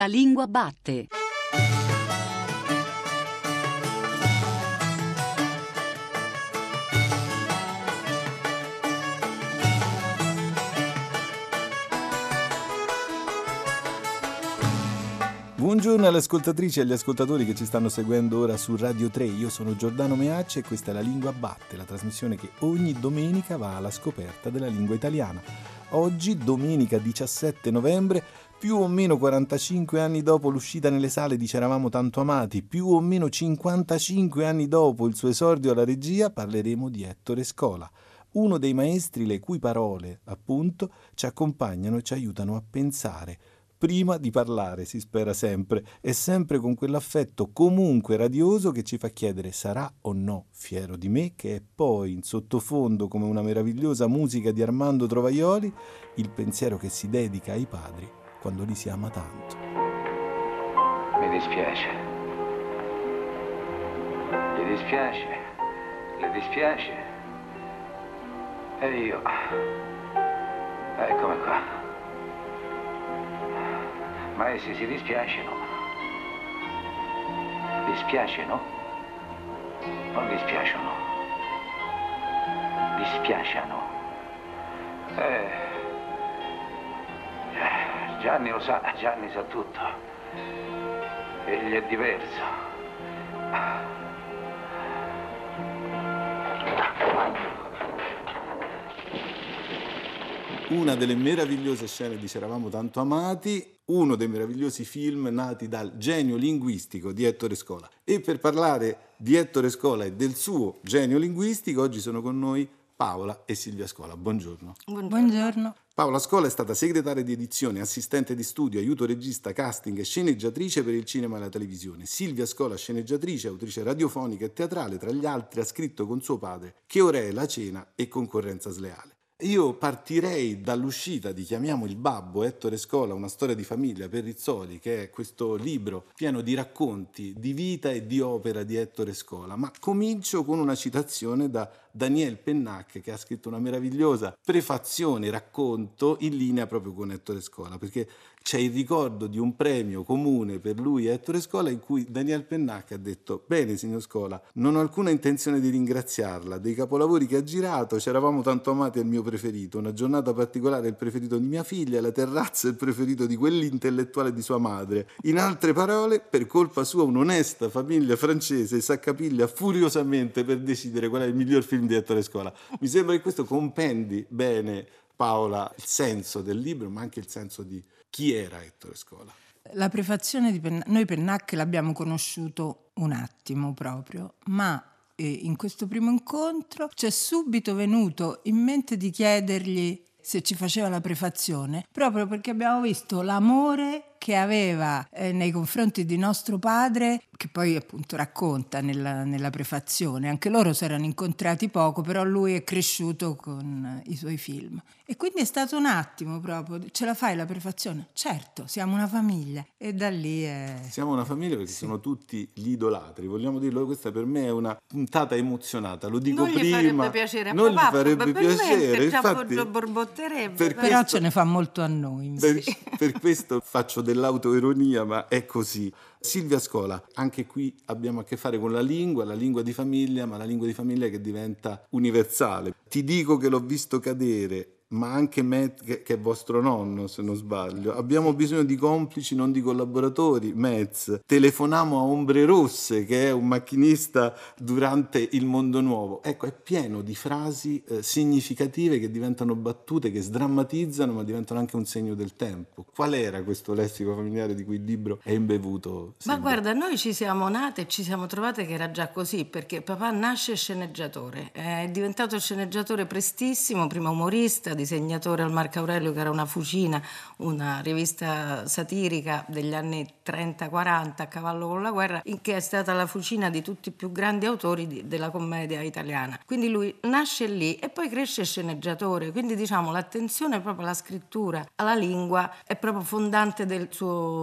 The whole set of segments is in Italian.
La lingua batte. Buongiorno alle ascoltatrici e agli ascoltatori che ci stanno seguendo ora su Radio 3. Io sono Giordano Meacci e questa è La Lingua Batte, la trasmissione che ogni domenica va alla scoperta della lingua italiana. Oggi, domenica 17 novembre, più o meno 45 anni dopo l'uscita nelle sale di C'eravamo tanto amati, più o meno 55 anni dopo il suo esordio alla regia, parleremo di Ettore Scola, uno dei maestri le cui parole, appunto, ci accompagnano e ci aiutano a pensare. Prima di parlare, si spera sempre, e sempre con quell'affetto comunque radioso che ci fa chiedere sarà o no fiero di me, che è poi in sottofondo come una meravigliosa musica di Armando Trovaioli, il pensiero che si dedica ai padri quando li si ama tanto. Mi dispiace. Gli dispiace? Le dispiace? E io? Eccomi qua. Ma essi si dispiacciono. Dispiacciono? O dispiacciono? Dispiacciono. Gianni lo sa, Gianni sa tutto. Egli è diverso. Una delle meravigliose scene di C'eravamo tanto amati, uno dei meravigliosi film nati dal genio linguistico di Ettore Scola. E per parlare di Ettore Scola e del suo genio linguistico, oggi sono con noi Paola e Silvia Scola. Buongiorno. Buongiorno. Paola Scola è stata segretaria di edizione, assistente di studio, aiuto regista, casting e sceneggiatrice per il cinema e la televisione. Silvia Scola, sceneggiatrice, autrice radiofonica e teatrale, tra gli altri ha scritto con suo padre Che ora è la cena e Concorrenza sleale. Io partirei dall'uscita di Chiamiamo il babbo, Ettore Scola, una storia di famiglia per Rizzoli, che è questo libro pieno di racconti di vita e di opera di Ettore Scola, ma comincio con una citazione da Daniel Pennac, che ha scritto una meravigliosa prefazione, racconto in linea proprio con Ettore Scola, perché c'è il ricordo di un premio comune per lui e Ettore Scola in cui Daniel Pennac ha detto: bene signor Scola, non ho alcuna intenzione di ringraziarla, dei capolavori che ha girato C'eravamo tanto amati è il mio preferito, una giornata particolare è il preferito di mia figlia, la terrazza è il preferito di quell'intellettuale di sua madre. In altre parole, per colpa sua un'onesta famiglia francese s'accapiglia furiosamente per decidere qual è il miglior film di Ettore Scola. Mi sembra che questo compendi bene, Paola, il senso del libro, ma anche il senso di chi era Ettore Scola. La prefazione di noi Pennac l'abbiamo conosciuto un attimo proprio, ma in questo primo incontro ci è subito venuto in mente di chiedergli se ci faceva la prefazione, proprio perché abbiamo visto l'amore che aveva nei confronti di nostro padre, che poi appunto racconta nella prefazione. Anche loro si erano incontrati poco, però lui è cresciuto con i suoi film. E quindi è stato un attimo proprio, ce la fai la prefazione? Certo, siamo una famiglia. E da lì è... Siamo una famiglia perché sono tutti gli idolatri, vogliamo dirlo, questa per me è una puntata emozionata, lo dico non prima. Non gli farebbe piacere a non papà, gli farebbe piacere, infatti, borbotterebbe. Però ce ne fa molto a noi. Per questo faccio dell'autoironia, ma è così. Silvia Scola, anche qui abbiamo a che fare con la lingua di famiglia, ma la lingua di famiglia che diventa universale. Ti dico che l'ho visto cadere, ma anche Matt, che è vostro nonno se non sbaglio. Abbiamo bisogno di complici, non di collaboratori. Metz, telefonamo a Ombre Rosse, che è un macchinista durante Il Mondo Nuovo. Ecco, è pieno di frasi significative che diventano battute, che sdrammatizzano, ma diventano anche un segno del tempo. Qual era questo lessico familiare di cui il libro è imbevuto? Ma guarda, noi ci siamo nate e ci siamo trovate che era già così, perché papà nasce sceneggiatore, è diventato sceneggiatore prestissimo, prima umorista, disegnatore al Marco Aurelio, che era una fucina, una rivista satirica degli anni 30-40 a cavallo con la guerra, in che è stata la fucina di tutti i più grandi autori della commedia italiana. Quindi lui nasce lì e poi cresce sceneggiatore, quindi diciamo l'attenzione proprio alla scrittura, alla lingua è proprio fondante del suo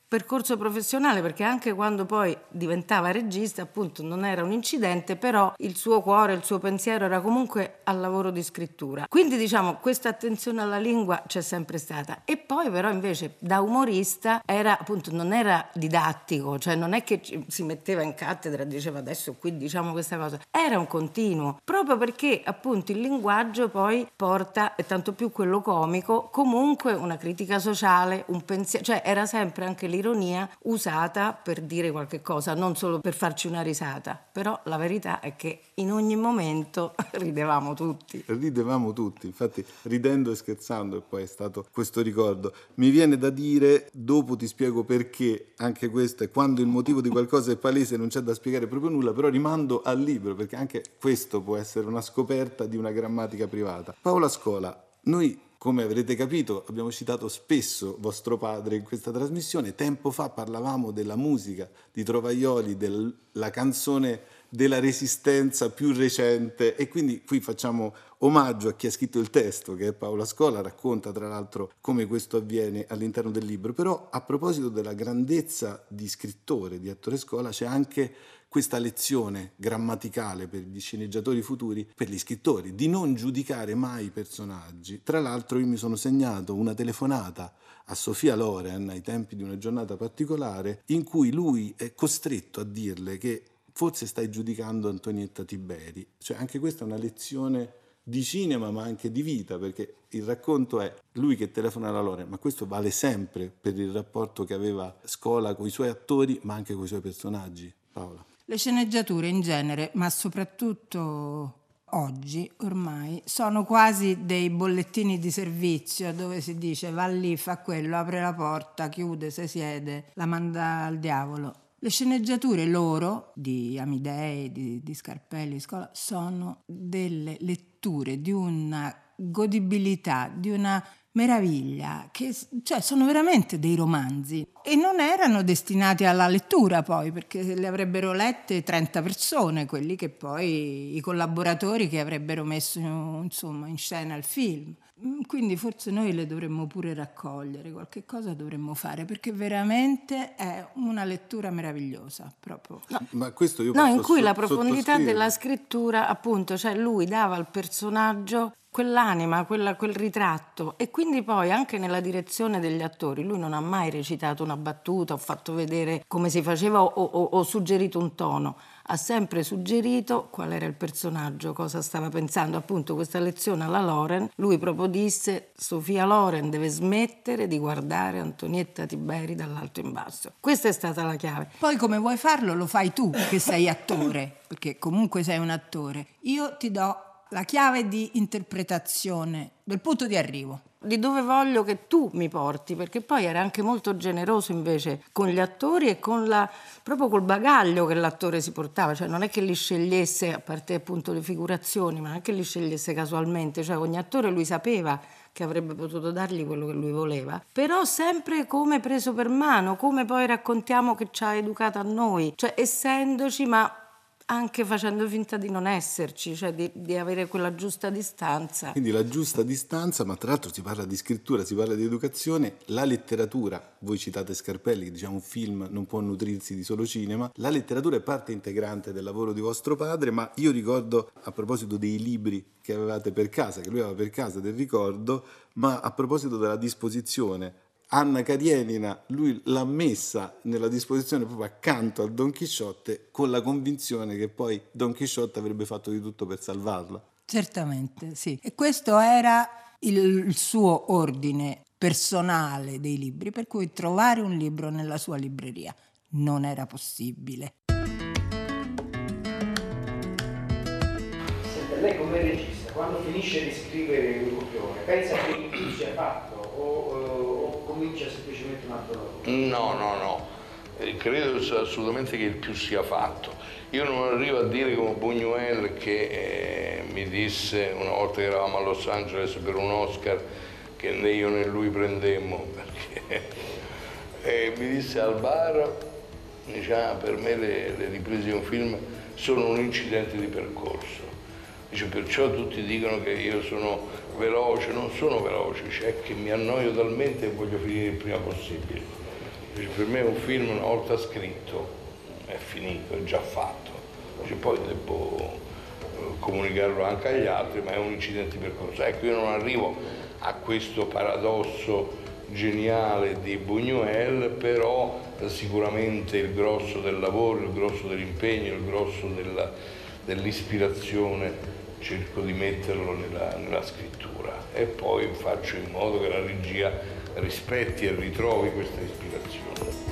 percorso professionale, perché anche quando poi diventava regista, appunto, non era un incidente, però il suo cuore, il suo pensiero era comunque al lavoro di scrittura. Quindi diciamo questa attenzione alla lingua c'è sempre stata. E poi però invece da umorista era, appunto, non era didattico, cioè non è che si metteva in cattedra e diceva adesso qui diciamo questa cosa, era un continuo, proprio perché appunto il linguaggio poi porta, e tanto più quello comico, comunque una critica sociale, un pensiero, cioè era sempre anche l'ironia usata per dire qualche cosa, non solo per farci una risata. Però la verità è che in ogni momento ridevamo tutti. Ridevamo tutti, infatti ridendo e scherzando, e poi è stato questo ricordo. Mi viene da dire, dopo ti spiego perché, anche questo è quando il motivo di qualcosa è palese, non c'è da spiegare proprio nulla, però rimando al libro, perché anche questo può essere una scoperta di una grammatica privata. Paola Scola, noi, come avrete capito, abbiamo citato spesso vostro padre in questa trasmissione. Tempo fa parlavamo della musica di Trovaioli, della canzone della Resistenza più recente, e quindi qui facciamo omaggio a chi ha scritto il testo, che è Paola Scola, racconta tra l'altro come questo avviene all'interno del libro. Però a proposito della grandezza di scrittore di Ettore Scola c'è anche questa lezione grammaticale per gli sceneggiatori futuri, per gli scrittori, di non giudicare mai i personaggi. Tra l'altro io mi sono segnato una telefonata a Sophia Loren ai tempi di una giornata particolare in cui lui è costretto a dirle che forse stai giudicando Antonietta Tiberi. Cioè anche questa è una lezione di cinema ma anche di vita, perché il racconto è lui che telefona alla Loren, ma questo vale sempre per il rapporto che aveva Scola con i suoi attori ma anche con i suoi personaggi. Paola. Le sceneggiature in genere, ma soprattutto oggi ormai, sono quasi dei bollettini di servizio dove si dice va lì, fa quello, apre la porta, chiude, si siede, la manda al diavolo. Le sceneggiature loro, di Amidei, di Scarpelli, Scola, sono delle letture di una godibilità, di una meraviglia, che cioè sono veramente dei romanzi, e non erano destinati alla lettura poi, perché le avrebbero lette 30 persone, quelli che poi i collaboratori che avrebbero messo insomma in scena il film. Quindi forse noi le dovremmo pure raccogliere, qualche cosa dovremmo fare, perché veramente è una lettura meravigliosa proprio. No, ma questo io in cui la profondità della scrittura, appunto, cioè lui dava al personaggio quell'anima, quel ritratto, e quindi poi anche nella direzione degli attori lui non ha mai recitato una battuta o fatto vedere come si faceva o suggerito un tono, ha sempre suggerito qual era il personaggio, cosa stava pensando. Appunto questa lezione alla Loren, lui proprio disse: Sophia Loren deve smettere di guardare Antonietta Tiberi dall'alto in basso. Questa è stata la chiave. Poi come vuoi farlo lo fai tu, che sei attore, perché comunque sei un attore. Io ti do la chiave di interpretazione del punto di arrivo. Di dove voglio che tu mi porti, perché poi era anche molto generoso invece con gli attori e con proprio col bagaglio che l'attore si portava, cioè non è che li scegliesse, a parte appunto le figurazioni, ma non è che li scegliesse casualmente, cioè ogni attore lui sapeva che avrebbe potuto dargli quello che lui voleva, però sempre come preso per mano, come poi raccontiamo che ci ha educato a noi, cioè essendoci ma anche facendo finta di non esserci, cioè di avere quella giusta distanza. Quindi la giusta distanza, ma tra l'altro si parla di scrittura, si parla di educazione, la letteratura, voi citate Scarpelli che diciamo un film non può nutrirsi di solo cinema, la letteratura è parte integrante del lavoro di vostro padre, ma io ricordo, a proposito dei libri che avevate per casa, che lui aveva per casa, del ricordo, ma a proposito della disposizione, Anna Karenina, lui l'ha messa nella disposizione proprio accanto al Don Chisciotte, con la convinzione che poi Don Chisciotte avrebbe fatto di tutto per salvarla. Certamente, sì. E questo era il suo ordine personale dei libri, per cui trovare un libro nella sua libreria non era possibile. Senta, lei come regista, quando finisce di scrivere un copione, pensa che il più sia fatto o comincia semplicemente un altro lavoro? No. Credo assolutamente che il più sia fatto. Io non arrivo a dire come Buñuel che mi disse una volta che eravamo a Los Angeles per un Oscar che né io né lui prendemmo, perché mi disse al bar, dice, per me le riprese di un film sono un incidente di percorso. Dice, perciò tutti dicono che io sono veloce, non sono veloce, cioè che mi annoio talmente e voglio finire il prima possibile. Per me un film una volta scritto è finito, è già fatto, cioè, poi devo comunicarlo anche agli altri, ma è un incidente di percorso. Ecco, io non arrivo a questo paradosso geniale di Buñuel, però sicuramente il grosso del lavoro, il grosso dell'impegno, il grosso dell'ispirazione cerco di metterlo nella scrittura e poi faccio in modo che la regia rispetti e ritrovi questa ispirazione.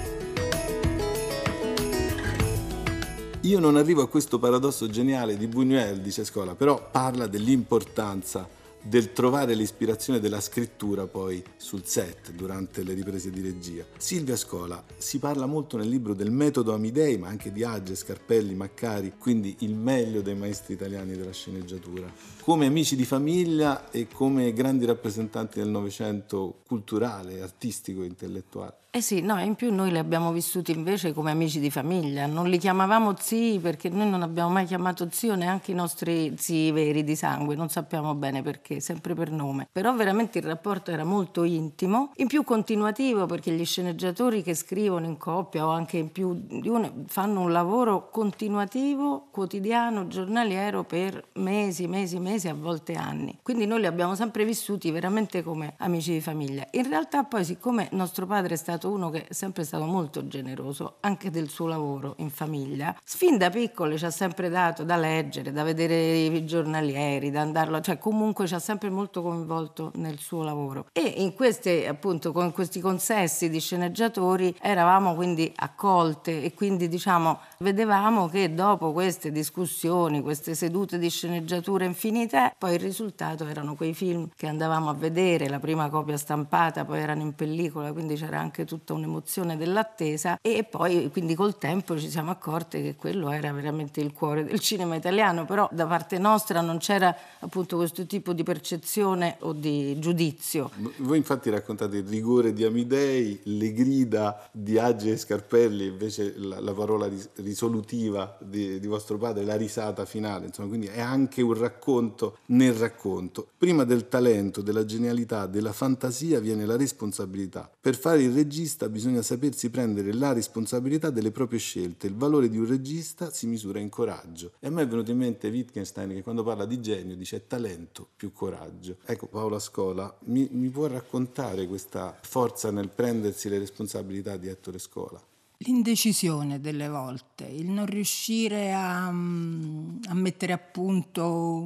Io non arrivo a questo paradosso geniale di Buñuel, dice Scola, però parla dell'importanza del trovare l'ispirazione della scrittura poi sul set durante le riprese di regia. Silvia Scola, si parla molto nel libro del metodo Amidei, ma anche di Agge, Scarpelli, Maccari, quindi il meglio dei maestri italiani della sceneggiatura. Come amici di famiglia e come grandi rappresentanti del Novecento culturale, artistico e intellettuale. Eh sì, no, in più noi li abbiamo vissuti invece come amici di famiglia, non li chiamavamo zii perché noi non abbiamo mai chiamato zio neanche i nostri zii veri di sangue, non sappiamo bene perché, sempre per nome. Però veramente il rapporto era molto intimo, in più continuativo perché gli sceneggiatori che scrivono in coppia o anche in più di uno fanno un lavoro continuativo, quotidiano, giornaliero per mesi, a volte anni. Quindi noi li abbiamo sempre vissuti veramente come amici di famiglia. In realtà poi siccome nostro padre è stato uno che è sempre stato molto generoso anche del suo lavoro in famiglia, fin da piccole ci ha sempre dato da leggere, da vedere i giornalieri, da andarlo, cioè comunque ci ha sempre molto coinvolto nel suo lavoro. E in queste, appunto, con questi consessi di sceneggiatori eravamo quindi accolte e quindi diciamo vedevamo che dopo queste discussioni, queste sedute di sceneggiatura infinite, poi il risultato erano quei film che andavamo a vedere, la prima copia stampata, poi erano in pellicola, quindi c'era anche tutta un'emozione dell'attesa e poi quindi col tempo ci siamo accorte che quello era veramente il cuore del cinema italiano, però da parte nostra non c'era appunto questo tipo di percezione o di giudizio. Voi infatti raccontate il rigore di Amidei, le grida di Agge e Scarpelli, invece la parola risolutiva di vostro padre, la risata finale, insomma, quindi è anche un racconto nel racconto. Prima del talento, della genialità, della fantasia viene la responsabilità. Per fare il regista bisogna sapersi prendere la responsabilità delle proprie scelte. Il valore di un regista si misura in coraggio. E a me è venuto in mente Wittgenstein che quando parla di genio dice talento più coraggio. Ecco, Paola Scola, mi può raccontare questa forza nel prendersi le responsabilità di Ettore Scola? L'indecisione delle volte, il non riuscire a mettere a punto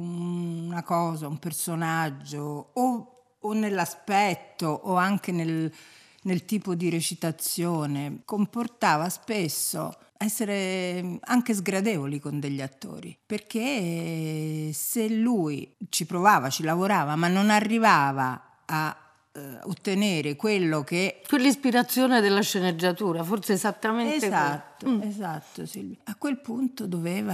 una cosa, un personaggio o nell'aspetto o anche nel tipo di recitazione, comportava spesso essere anche sgradevoli con degli attori, perché se lui ci provava, ci lavorava, ma non arrivava a ottenere quello che... Quell'ispirazione della sceneggiatura, forse esattamente Esatto, Silvia. A quel punto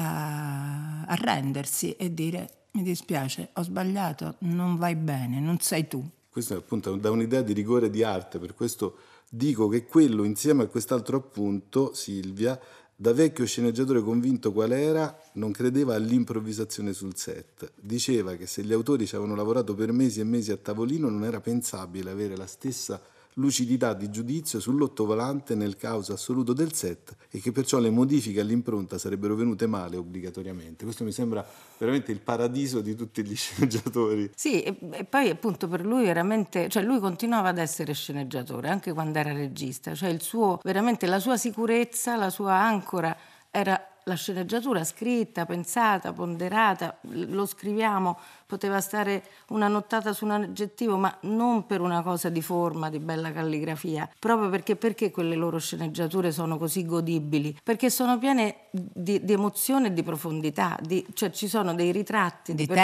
doveva arrendersi e dire: mi dispiace, ho sbagliato, non vai bene, non sei tu. Questo è appunto da un'idea di rigore di arte, per questo dico che quello, insieme a quest'altro appunto, Silvia, da vecchio sceneggiatore convinto qual era, non credeva all'improvvisazione sul set. Diceva che se gli autori ci avevano lavorato per mesi e mesi a tavolino non era pensabile avere la stessa lucidità di giudizio sull'ottovolante nel caos assoluto del set e che perciò le modifiche all'impronta sarebbero venute male obbligatoriamente. Questo mi sembra veramente il paradiso di tutti gli sceneggiatori. Sì, e poi appunto per lui veramente, cioè lui continuava ad essere sceneggiatore anche quando era regista, cioè il suo, veramente la sua sicurezza, la sua ancora era la sceneggiatura scritta, pensata, ponderata, lo scriviamo, poteva stare una nottata su un aggettivo, ma non per una cosa di forma, di bella calligrafia, proprio perché quelle loro sceneggiature sono così godibili, perché sono piene di emozione e di profondità, cioè ci sono dei ritratti di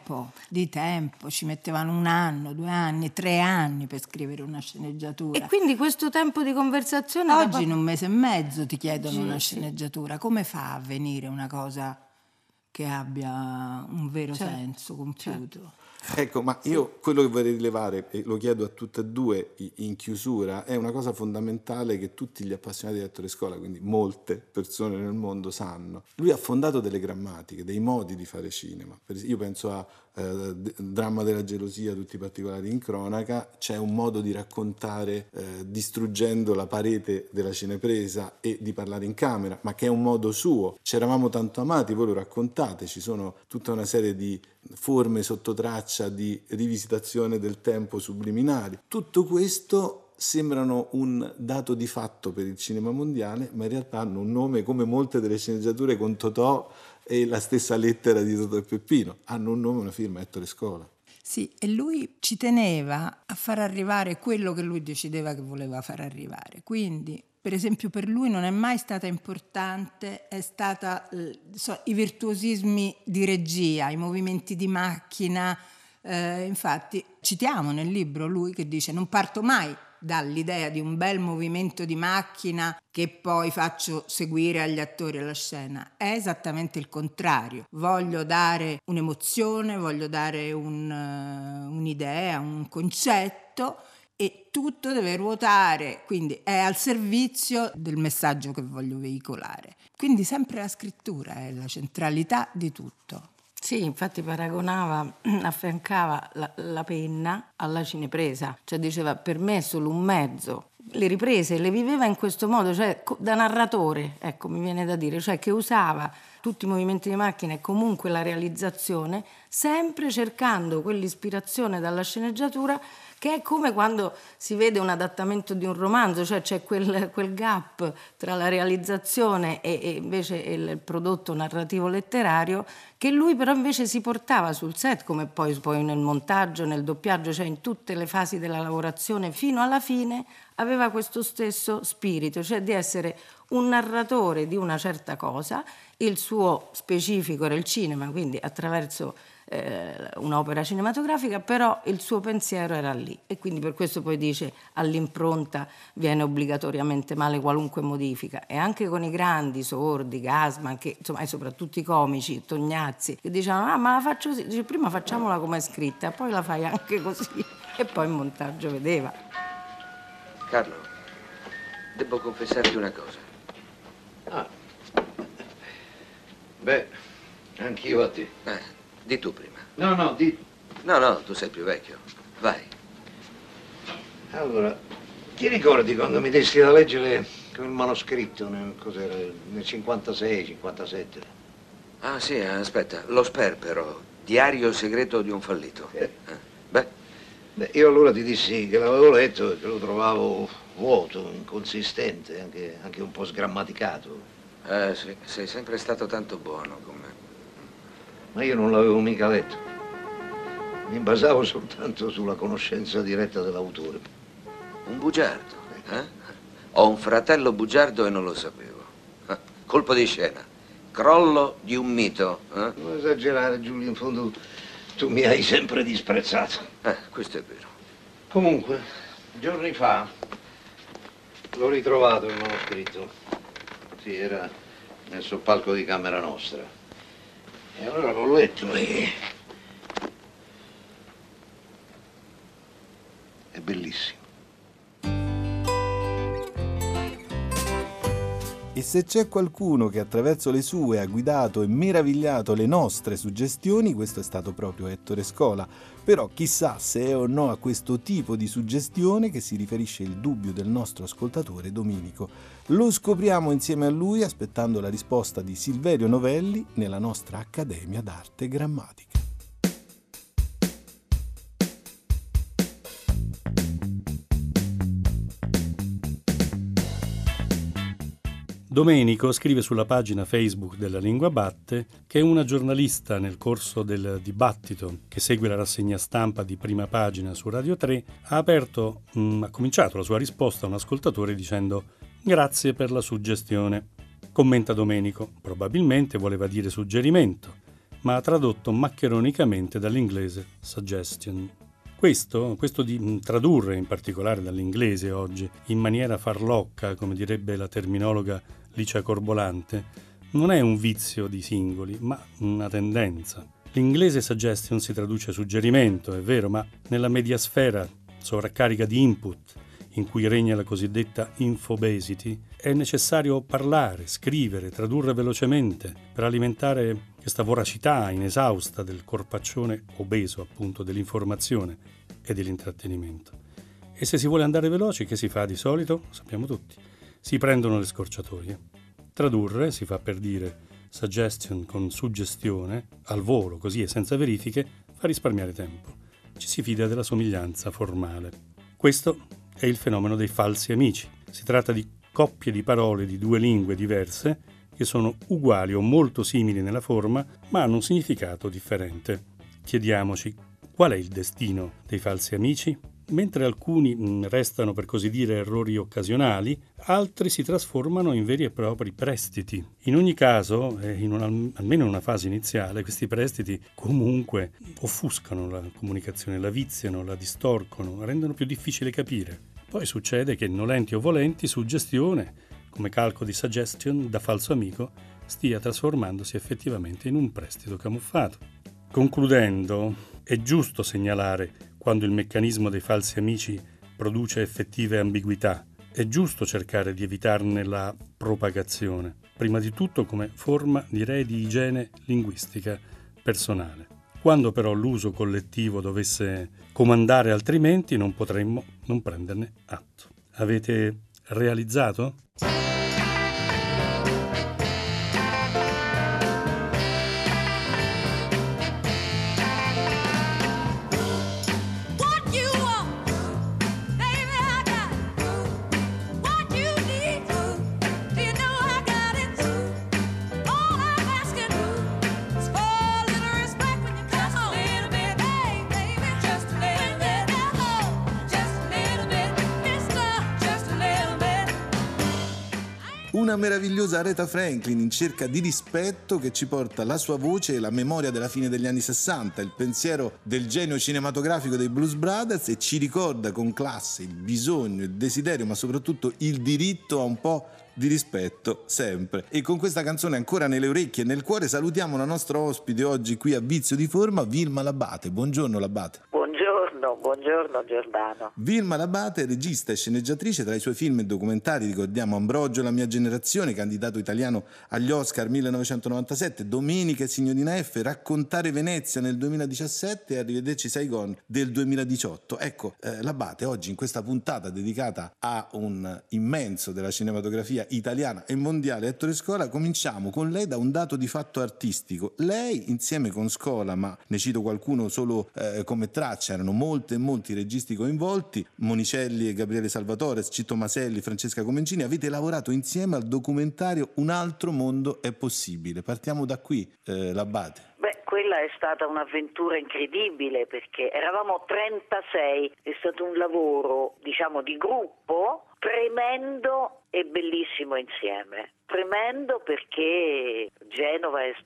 tempo, ci mettevano 1 anno, 2 anni, 3 anni per scrivere una sceneggiatura. E quindi questo tempo di conversazione... Oggi in 1 mese e mezzo ti chiedono una sceneggiatura, come fa a venire una cosa che abbia un vero senso compiuto. Ecco, ma io quello che vorrei rilevare, e lo chiedo a tutte e due in chiusura, è una cosa fondamentale che tutti gli appassionati di Ettore Scola, quindi molte persone nel mondo, sanno. Lui ha fondato delle grammatiche, dei modi di fare cinema. Io penso a Dramma della gelosia, tutti i particolari in cronaca. C'è un modo di raccontare distruggendo la parete della cinepresa e di parlare in camera, ma che è un modo suo. C'eravamo tanto amati, voi lo raccontate, ci sono tutta una serie di forme sotto traccia di rivisitazione del tempo subliminali. Tutto questo sembrano un dato di fatto per il cinema mondiale, ma in realtà hanno un nome, come molte delle sceneggiature con Totò e la stessa lettera di Totò e Peppino, hanno un nome, una firma, Ettore Scola. Sì, e lui ci teneva a far arrivare quello che lui decideva che voleva far arrivare. Quindi, per esempio, per lui non è mai stata importante, è stata i virtuosismi di regia, i movimenti di macchina. Infatti citiamo nel libro lui che dice: non parto mai dall'idea di un bel movimento di macchina che poi faccio seguire agli attori alla scena. È esattamente il contrario. Voglio dare un'emozione, voglio dare un'idea, un concetto, e tutto deve ruotare, quindi è al servizio del messaggio che voglio veicolare. Quindi sempre la scrittura è la centralità di tutto. Sì, infatti affiancava la penna alla cinepresa, cioè diceva: per me è solo un mezzo. Le riprese le viveva in questo modo, cioè da narratore, ecco, mi viene da dire, cioè che usava tutti i movimenti di macchina e comunque la realizzazione, sempre cercando quell'ispirazione dalla sceneggiatura, che è come quando si vede un adattamento di un romanzo, cioè c'è quel gap tra la realizzazione e invece il prodotto narrativo letterario, che lui però invece si portava sul set, come poi nel montaggio, nel doppiaggio, cioè in tutte le fasi della lavorazione fino alla fine, aveva questo stesso spirito, cioè di essere un narratore di una certa cosa. Il suo specifico era il cinema, quindi attraverso un'opera cinematografica, però il suo pensiero era lì, e quindi per questo poi dice: all'impronta viene obbligatoriamente male qualunque modifica. E anche con i grandi, Sordi, Gassman, che insomma, e soprattutto i comici, Tognazzi, che dicevano: ma la faccio così, dice, prima facciamola come è scritta, poi la fai anche così, e poi il montaggio vedeva. Carlo, devo confessarti una cosa. Beh, anch'io a te. Di tu prima. No, di... No, tu sei più vecchio. Vai. Allora, ti ricordi quando mi desti da leggere quel manoscritto cos'era, nel 56, 57? Ah sì, aspetta, lo Sperpero, diario segreto di un fallito. Beh, io allora ti dissi che l'avevo letto e che lo trovavo vuoto, inconsistente, anche un po' sgrammaticato. Sì, sei sempre stato tanto buono con me. Ma io non l'avevo mica letto. Mi basavo soltanto sulla conoscenza diretta dell'autore. Un bugiardo, eh? Ho un fratello bugiardo e non lo sapevo. Colpo di scena. Crollo di un mito. Non esagerare, Giulio, in fondo tu mi hai sempre disprezzato. Questo è vero. Comunque, giorni fa l'ho ritrovato il manoscritto. Sì, era nel soppalco di camera nostra. E allora l'ho letto e... è bellissimo. E se c'è qualcuno che attraverso le sue ha guidato e meravigliato le nostre suggestioni, questo è stato proprio Ettore Scola. Però chissà se è o no a questo tipo di suggestione che si riferisce il dubbio del nostro ascoltatore Domenico. Lo scopriamo insieme a lui aspettando la risposta di Silverio Novelli nella nostra Accademia d'Arte Grammatica. Domenico scrive sulla pagina Facebook della Lingua Batte che una giornalista nel corso del dibattito che segue la rassegna stampa di Prima Pagina su Radio 3 ha cominciato la sua risposta a un ascoltatore dicendo: grazie per la suggestione. Commenta Domenico, probabilmente voleva dire suggerimento, ma ha tradotto maccheronicamente dall'inglese suggestion. Questo di tradurre in particolare dall'inglese oggi in maniera farlocca, come direbbe la terminologa Licia Corbolante, non è un vizio di singoli, ma una tendenza. L'inglese suggestion si traduce suggerimento, è vero, ma nella mediasfera sovraccarica di input, in cui regna la cosiddetta infobesity, è necessario parlare, scrivere, tradurre velocemente per alimentare questa voracità inesausta del corpaccione obeso, appunto, dell'informazione e dell'intrattenimento. E se si vuole andare veloci, che si fa di solito? Lo sappiamo tutti. Si prendono le scorciatoie. Tradurre si fa per dire suggestion con suggestione, al volo, così e senza verifiche, fa risparmiare tempo. Ci si fida della somiglianza formale. Questo è il fenomeno dei falsi amici. Si tratta di coppie di parole di due lingue diverse che sono uguali o molto simili nella forma, ma hanno un significato differente. Chiediamoci, qual è il destino dei falsi amici? Mentre alcuni restano, per così dire, errori occasionali, altri si trasformano in veri e propri prestiti. In ogni caso, almeno in una fase iniziale, questi prestiti comunque offuscano la comunicazione, la viziano, la distorcono, rendono più difficile capire. Poi succede che, nolenti o volenti, suggestione, come calco di suggestion, da falso amico, stia trasformandosi effettivamente in un prestito camuffato. Concludendo, è giusto segnalare quando il meccanismo dei falsi amici produce effettive ambiguità. È giusto cercare di evitarne la propagazione, prima di tutto come forma, direi, di igiene linguistica personale. Quando però l'uso collettivo dovesse comandare altrimenti, non potremmo non prenderne atto. Avete realizzato? Una meravigliosa Aretha Franklin in cerca di rispetto che ci porta la sua voce e la memoria della fine degli anni 60, il pensiero del genio cinematografico dei Blues Brothers e ci ricorda con classe il bisogno, il desiderio, ma soprattutto il diritto a un po' di rispetto sempre. E con questa canzone ancora nelle orecchie e nel cuore salutiamo la nostra ospite oggi qui a Vizio di Forma, Vilma Labate. Buongiorno Labate. Buongiorno Giordano. Vilma Labate, regista e sceneggiatrice. Tra i suoi film e documentari ricordiamo Ambrogio, La mia generazione, candidato italiano agli Oscar 1997, Domenica e Signorina F, Raccontare Venezia nel 2017 e Arrivederci Saigon del 2018. Ecco, Labate, oggi in questa puntata dedicata a un immenso della cinematografia italiana e mondiale, Ettore Scola, cominciamo con lei da un dato di fatto artistico. Lei, insieme con Scola, ma ne cito qualcuno solo come traccia, erano molti registi coinvolti, Monicelli e Gabriele Salvatore, Citto Maselli, Francesca Comencini, avete lavorato insieme al documentario Un altro mondo è possibile. Partiamo da qui, Labate. Quella è stata un'avventura incredibile perché eravamo 36, è stato un lavoro, diciamo, di gruppo tremendo e bellissimo insieme. Tremendo perché Genova è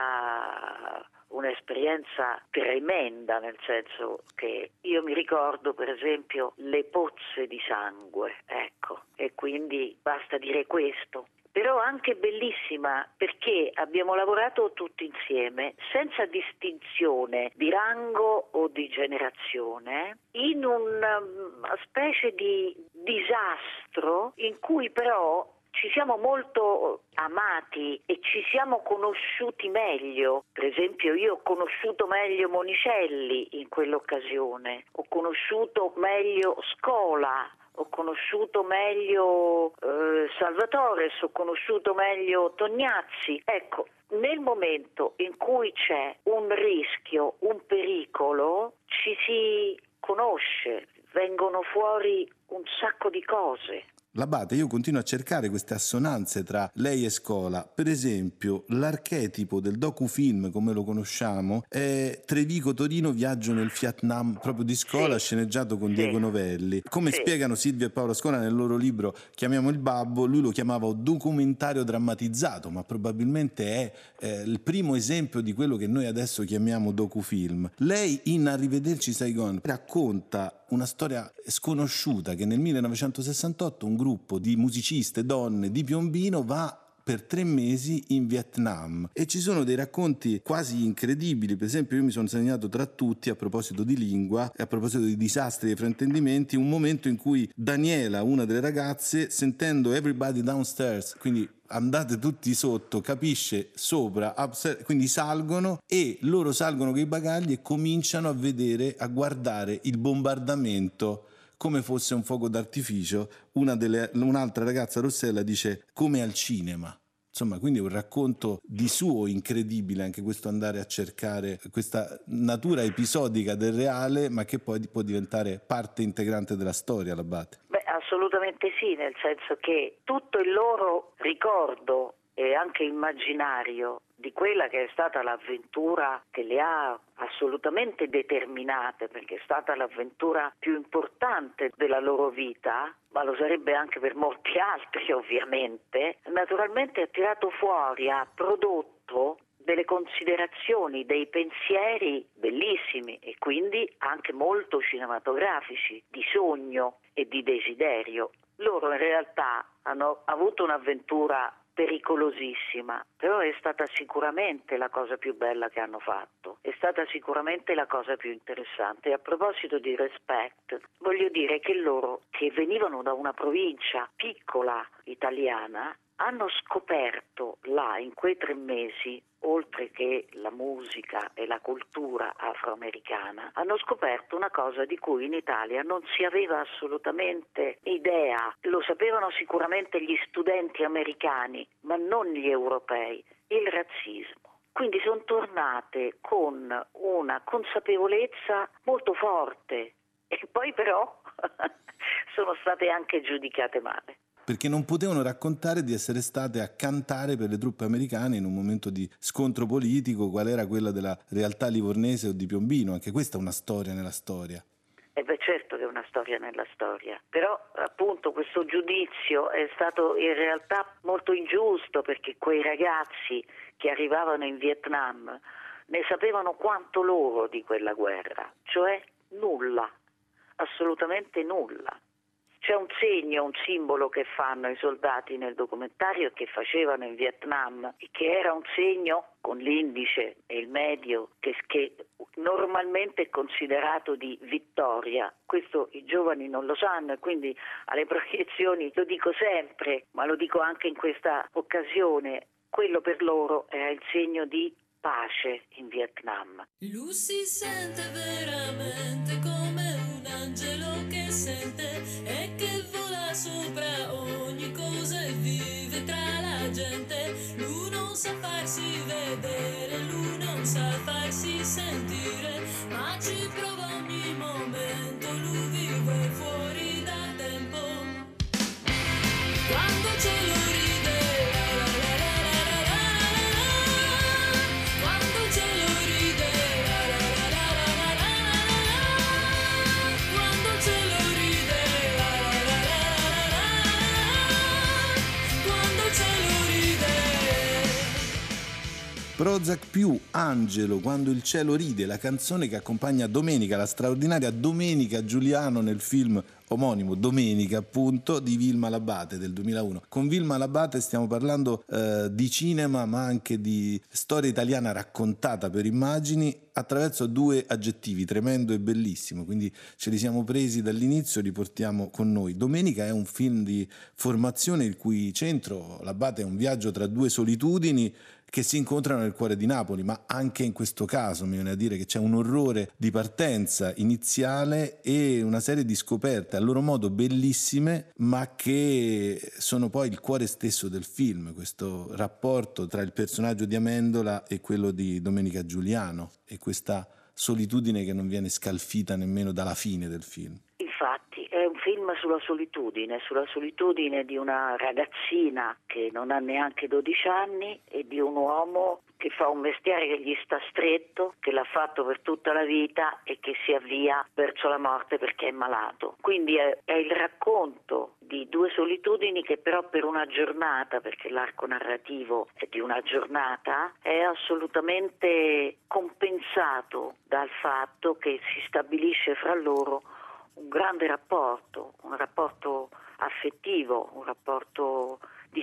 stata un'esperienza tremenda, nel senso che io mi ricordo per esempio le pozze di sangue, ecco, e quindi basta dire questo. Però anche bellissima perché abbiamo lavorato tutti insieme senza distinzione di rango o di generazione in una specie di disastro in cui però ci siamo molto amati e ci siamo conosciuti meglio. Per esempio io ho conosciuto meglio Monicelli in quell'occasione, ho conosciuto meglio Scola, ho conosciuto meglio Salvatore, ho conosciuto meglio Tognazzi. Ecco, nel momento in cui c'è un rischio, un pericolo, ci si conosce, vengono fuori un sacco di cose. Labate, io continuo a cercare queste assonanze tra lei e Scola. Per esempio, l'archetipo del docufilm, come lo conosciamo, è Trevico-Torino, viaggio nel Vietnam, proprio di Scola, sceneggiato con Diego Novelli. Come spiegano Silvia e Paolo Scola nel loro libro Chiamiamo il babbo, lui lo chiamava documentario drammatizzato, ma probabilmente è il primo esempio di quello che noi adesso chiamiamo docufilm. Lei in Arrivederci Saigon racconta una storia sconosciuta che nel 1968 un gruppo di musiciste donne di Piombino va per 3 mesi in Vietnam, e ci sono dei racconti quasi incredibili. Per esempio, io mi sono segnato tra tutti, a proposito di lingua e a proposito di disastri e di fraintendimenti, un momento in cui Daniela, una delle ragazze, sentendo everybody downstairs, quindi andate tutti sotto, capisce sopra, upstairs, quindi salgono, e loro salgono con i bagagli e cominciano a vedere, a guardare il bombardamento come fosse un fuoco d'artificio. Un'altra ragazza, Rossella, dice come al cinema. Insomma, quindi è un racconto di suo incredibile, anche questo andare a cercare questa natura episodica del reale, ma che poi può diventare parte integrante della storia, l'Abate. Beh, assolutamente sì, nel senso che tutto il loro ricordo e anche immaginario di quella che è stata l'avventura che le ha assolutamente determinate, perché è stata l'avventura più importante della loro vita, ma lo sarebbe anche per molti altri ovviamente, naturalmente ha tirato fuori, ha prodotto delle considerazioni, dei pensieri bellissimi e quindi anche molto cinematografici, di sogno e di desiderio. Loro in realtà hanno avuto un'avventura pericolosissima, però è stata sicuramente la cosa più bella che hanno fatto, è stata sicuramente la cosa più interessante. E a proposito di Respect, voglio dire che loro, che venivano da una provincia piccola italiana, hanno scoperto là in quei 3 mesi, oltre che la musica e la cultura afroamericana, hanno scoperto una cosa di cui in Italia non si aveva assolutamente idea. Lo sapevano sicuramente gli studenti americani, ma non gli europei: il razzismo. Quindi sono tornate con una consapevolezza molto forte e poi però sono state anche giudicate male. Perché non potevano raccontare di essere state a cantare per le truppe americane in un momento di scontro politico, qual era quella della realtà livornese o di Piombino. Anche questa è una storia nella storia. E beh, certo che è una storia nella storia, però appunto questo giudizio è stato in realtà molto ingiusto, perché quei ragazzi che arrivavano in Vietnam ne sapevano quanto loro di quella guerra, cioè nulla, assolutamente nulla. C'è un segno, un simbolo che fanno i soldati nel documentario, che facevano in Vietnam, e che era un segno con l'indice e il medio che normalmente è considerato di vittoria. Questo i giovani non lo sanno e quindi alle proiezioni lo dico sempre, ma lo dico anche in questa occasione, quello per loro era il segno di pace in Vietnam. Lui si sente veramente come un angelo che sente e che vola sopra ogni cosa e vive tra la gente. Lui non sa farsi vedere, lui non sa farsi sentire, ma ci prova ogni momento, lui vive fuori da tempo. Quando ce lo ride, Prozac più Angelo, Quando il cielo ride, la canzone che accompagna Domenica, la straordinaria Domenica Giuliano nel film omonimo, Domenica appunto, di Vilma Labate del 2001. Con Vilma Labate stiamo parlando di cinema, ma anche di storia italiana raccontata per immagini attraverso 2 aggettivi, tremendo e bellissimo, quindi ce li siamo presi dall'inizio e li portiamo con noi. Domenica è un film di formazione il cui centro, Labate, è un viaggio tra 2 solitudini che si incontrano nel cuore di Napoli, ma anche in questo caso mi viene a dire che c'è un orrore di partenza iniziale e una serie di scoperte a loro modo bellissime, ma che sono poi il cuore stesso del film, questo rapporto tra il personaggio di Amendola e quello di Domenica Giuliano e questa solitudine che non viene scalfita nemmeno dalla fine del film. Infatti è un film sulla solitudine di una ragazzina che non ha neanche 12 anni e di un uomo che fa un mestiere che gli sta stretto, che l'ha fatto per tutta la vita e che si avvia verso la morte perché è malato. Quindi è il racconto di 2 solitudini che però per una giornata, perché l'arco narrativo è di una giornata, è assolutamente compensato dal fatto che si stabilisce fra loro un grande rapporto, un rapporto affettivo, un rapporto di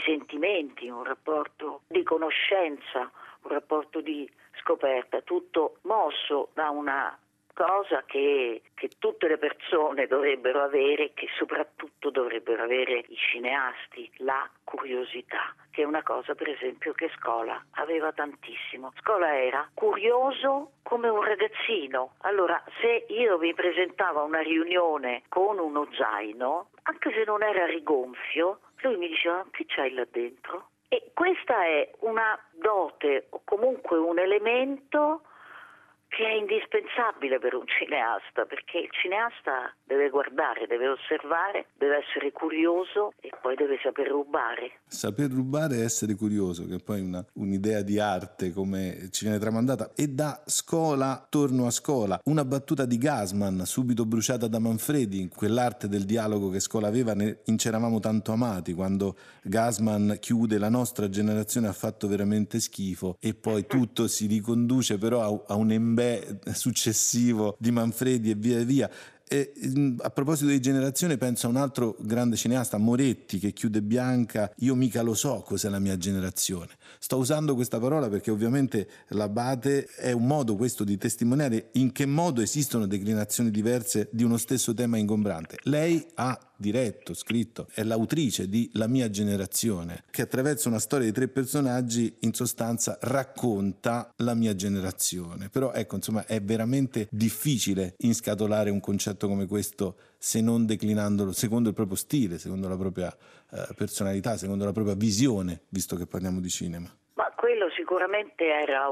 sentimenti, un rapporto di conoscenza, un rapporto di scoperta, tutto mosso da una cosa che tutte le persone dovrebbero avere, che soprattutto dovrebbero avere i cineasti, la curiosità, che è una cosa per esempio che Scola aveva tantissimo. Scola era curioso come un ragazzino. Allora, se io mi presentavo a una riunione con uno zaino, anche se non era rigonfio, lui mi diceva: che c'hai là dentro? E questa è una dote o comunque un elemento che è indispensabile per un cineasta, perché il cineasta deve guardare, deve osservare, deve essere curioso e poi deve saper rubare. Saper rubare e essere curioso, che è poi un'idea di arte come ci viene tramandata. E da Scola torno a Scola, una battuta di Gassman subito bruciata da Manfredi, in quell'arte del dialogo che Scola aveva in C'eravamo tanto amati, quando Gassman chiude: la nostra generazione ha fatto veramente schifo, e poi tutto si riconduce però a un embè successivo di Manfredi e via via. E, a proposito di generazione, penso a un altro grande cineasta, Moretti, che chiude Bianca: io mica lo so cos'è la mia generazione. Sto usando questa parola perché ovviamente l'Abate è un modo questo di testimoniare in che modo esistono declinazioni diverse di uno stesso tema ingombrante. Lei ha diretto, scritto, è l'autrice di La mia generazione, che attraverso una storia di 3 personaggi in sostanza racconta la mia generazione. Però ecco, insomma, è veramente difficile inscatolare un concetto come questo se non declinandolo secondo il proprio stile, secondo la propria personalità, secondo la propria visione, visto che parliamo di cinema. Ma quello sicuramente era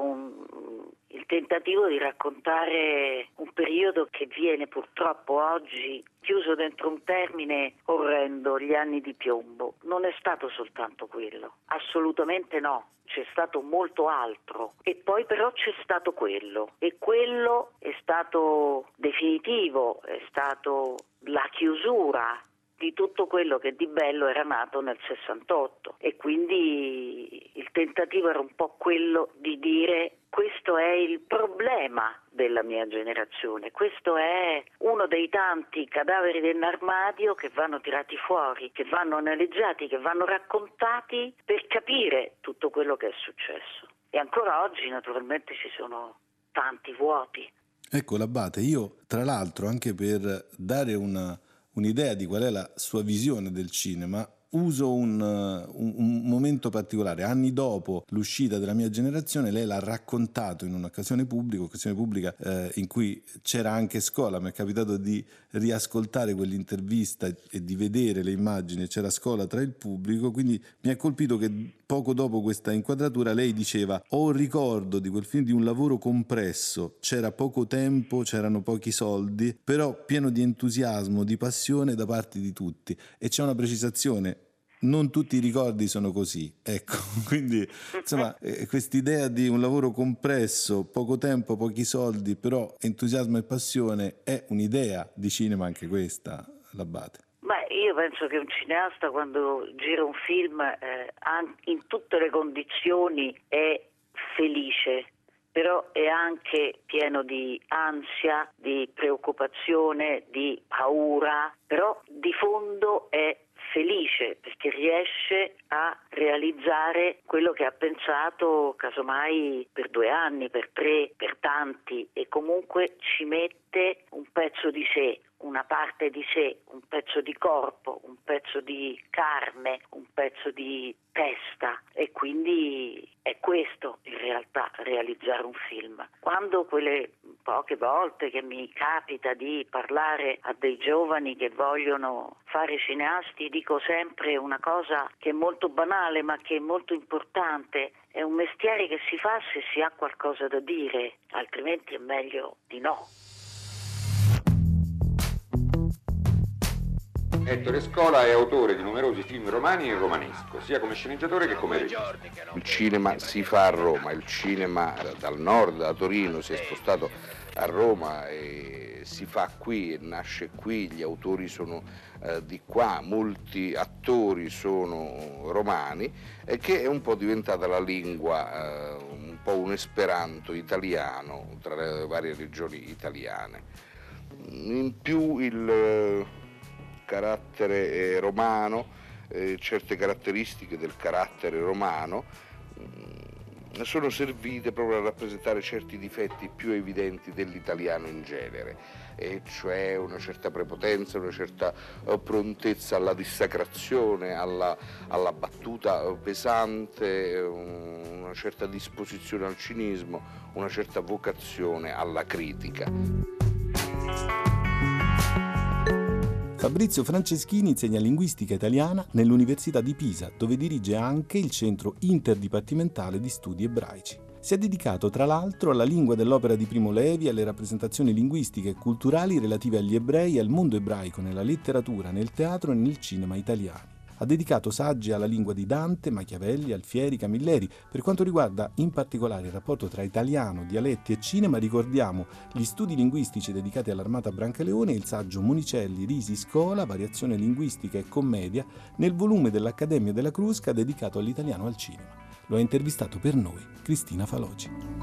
il tentativo di raccontare un periodo che viene purtroppo oggi chiuso dentro un termine orrendo, gli anni di piombo. Non è stato soltanto quello, assolutamente no. C'è stato molto altro e poi però c'è stato quello, e quello è stato definitivo, è stato la chiusura di tutto quello che di bello era nato nel 68, e quindi il tentativo era un po' quello di dire: questo è il problema della mia generazione, questo è uno dei tanti cadaveri dell'armadio che vanno tirati fuori, che vanno analizzati, che vanno raccontati per capire tutto quello che è successo. E ancora oggi naturalmente ci sono tanti vuoti. Ecco l'Abate, io tra l'altro, anche per dare un'idea di qual è la sua visione del cinema, uso un momento particolare. Anni dopo l'uscita della mia generazione, lei l'ha raccontato in un'occasione pubblica in cui c'era anche Scola. Mi è capitato di riascoltare quell'intervista e di vedere le immagini, c'era Scola tra il pubblico, quindi mi ha colpito che poco dopo questa inquadratura lei diceva: ho un ricordo di quel film di un lavoro compresso, c'era poco tempo, c'erano pochi soldi, però pieno di entusiasmo, di passione da parte di tutti. E c'è una precisazione: non tutti i ricordi sono così, ecco. Quindi insomma quest'idea di un lavoro compresso, poco tempo, pochi soldi, però entusiasmo e passione, è un'idea di cinema anche questa, l'Abate. Beh, io penso che un cineasta, quando gira un film, in tutte le condizioni è felice, però è anche pieno di ansia, di preoccupazione, di paura, però di fondo è felice perché riesce a realizzare quello che ha pensato casomai per 2 anni, per 3, per tanti, e comunque ci mette un pezzo di sé, una parte di sé, un pezzo di corpo, un pezzo di carne, un pezzo di testa, e quindi è questo in realtà realizzare un film. Quando quelle poche volte che mi capita di parlare a dei giovani che vogliono fare cineasti, dico sempre una cosa che è molto banale ma che è molto importante: è un mestiere che si fa se si ha qualcosa da dire, altrimenti è meglio di no. Ettore Scola è autore di numerosi film romani e romanesco, sia come sceneggiatore che come regista. Il cinema si fa a Roma, il cinema dal nord, da Torino, si è spostato a Roma e si fa qui e nasce qui, gli autori sono di qua, molti attori sono romani, e che è un po' diventata la lingua, un po' un esperanto italiano tra le varie regioni italiane. In più il carattere romano certe caratteristiche del carattere romano sono servite proprio a rappresentare certi difetti più evidenti dell'italiano in genere, e cioè una certa prepotenza, una certa prontezza alla dissacrazione, alla battuta pesante, una certa disposizione al cinismo, una certa vocazione alla critica. Fabrizio Franceschini insegna linguistica italiana nell'Università di Pisa, dove dirige anche il Centro Interdipartimentale di Studi Ebraici. Si è dedicato, tra l'altro, alla lingua dell'opera di Primo Levi, alle rappresentazioni linguistiche e culturali relative agli ebrei e al mondo ebraico nella letteratura, nel teatro e nel cinema italiani. Ha dedicato saggi alla lingua di Dante, Machiavelli, Alfieri, Camilleri. Per quanto riguarda in particolare il rapporto tra italiano, dialetti e cinema, ricordiamo gli studi linguistici dedicati all'Armata Brancaleone e il saggio Monicelli, Risi, Scola, variazione linguistica e commedia, nel volume dell'Accademia della Crusca dedicato all'italiano al cinema. Lo ha intervistato per noi Cristina Faloci.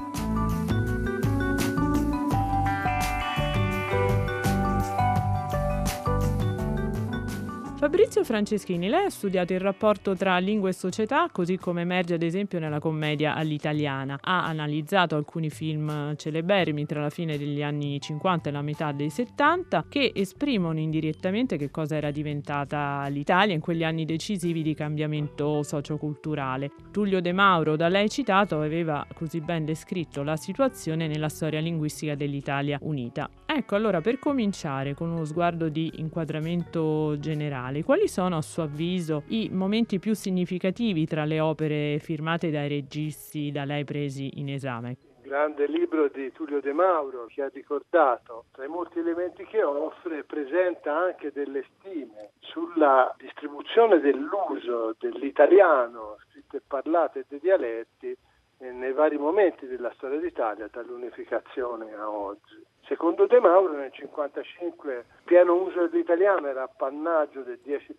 Fabrizio Franceschini, lei ha studiato il rapporto tra lingua e società, così come emerge ad esempio nella commedia all'italiana. Ha analizzato alcuni film celeberrimi tra la fine degli anni 50 e la metà dei 70 che esprimono indirettamente che cosa era diventata l'Italia in quegli anni decisivi di cambiamento socioculturale. Tullio De Mauro, da lei citato, aveva così ben descritto la situazione nella storia linguistica dell'Italia unita. Ecco, allora, per cominciare con uno sguardo di inquadramento generale, quali sono a suo avviso i momenti più significativi tra le opere firmate dai registi da lei presi in esame? Il grande libro di Tullio De Mauro, che ha ricordato, tra i molti elementi che offre, presenta anche delle stime sulla distribuzione dell'uso dell'italiano, scritto e parlato, e dei dialetti nei vari momenti della storia d'Italia, dall'unificazione a oggi. Secondo De Mauro nel 1955 il pieno uso dell'italiano era appannaggio del 10%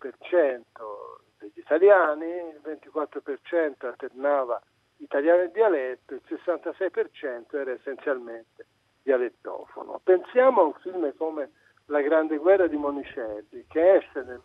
degli italiani, il 24% alternava italiano e dialetto, il 66% era essenzialmente dialettofono. Pensiamo a un film come La Grande Guerra di Monicelli, che esce nel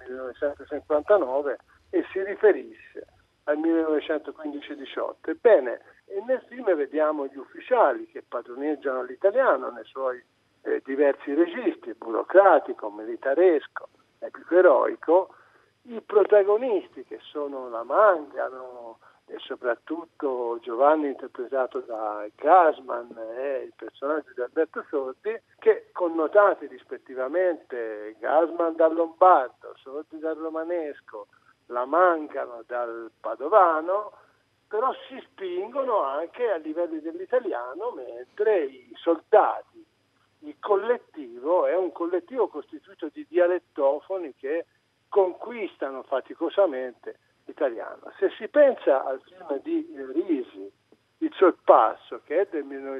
1959 e si riferisce al 1915-18. Ebbene, nel film vediamo gli ufficiali che padroneggiano l'italiano nei suoi diversi registri, burocratico, militaresco, epico eroico, i protagonisti che sono la Mangano e soprattutto Giovanni interpretato da Gassman e il personaggio di Alberto Sordi, che connotati rispettivamente Gassman dal lombardo, Sordi dal romanesco, la Mangano dal padovano, però si spingono anche a livelli dell'italiano, mentre i soldati, il collettivo, è un collettivo costituito di dialettofoni che conquistano faticosamente l'italiano. Se si pensa al film di Risi, Il Sorpasso, che è del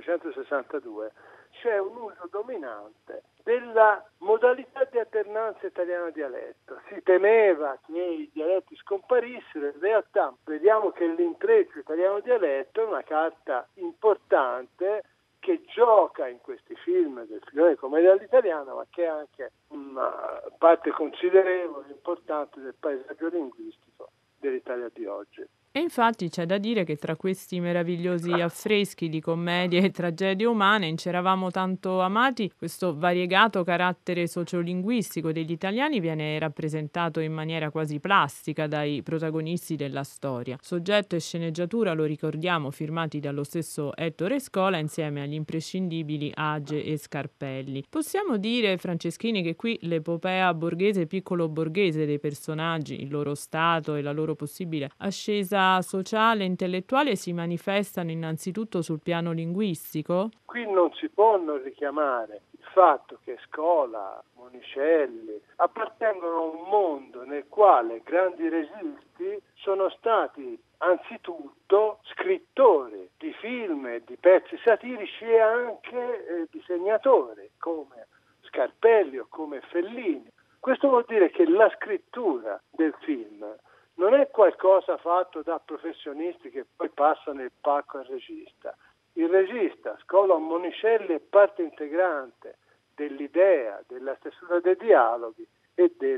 1962, c'è un uso dominante della modalità di alternanza italiano-dialetto. Si temeva che i dialetti scomparissero, in realtà vediamo che l'intreccio italiano-dialetto è una carta importante che gioca in questi film del filone commedia all'italiana, ma che è anche una parte considerevole, importante del paesaggio linguistico dell'Italia di oggi. E infatti c'è da dire che tra questi meravigliosi affreschi di commedie e tragedie umane ci eravamo tanto amati, questo variegato carattere sociolinguistico degli italiani viene rappresentato in maniera quasi plastica dai protagonisti della storia. Soggetto e sceneggiatura, lo ricordiamo, firmati dallo stesso Ettore Scola insieme agli imprescindibili Age e Scarpelli. Possiamo dire, Franceschini, che qui l'epopea borghese e piccolo borghese dei personaggi, il loro stato e la loro possibile ascesa sociale e intellettuale si manifestano innanzitutto sul piano linguistico? Qui non si può non richiamare il fatto che Scola, Monicelli appartengono a un mondo nel quale grandi registi sono stati anzitutto scrittori di film e di pezzi satirici e anche disegnatori come Scarpelli o come Fellini. Questo vuol dire che la scrittura del film non è qualcosa fatto da professionisti che poi passano il pacco al regista. Il regista, Scola o Monicelli, è parte integrante dell'idea, della stesura dei dialoghi e della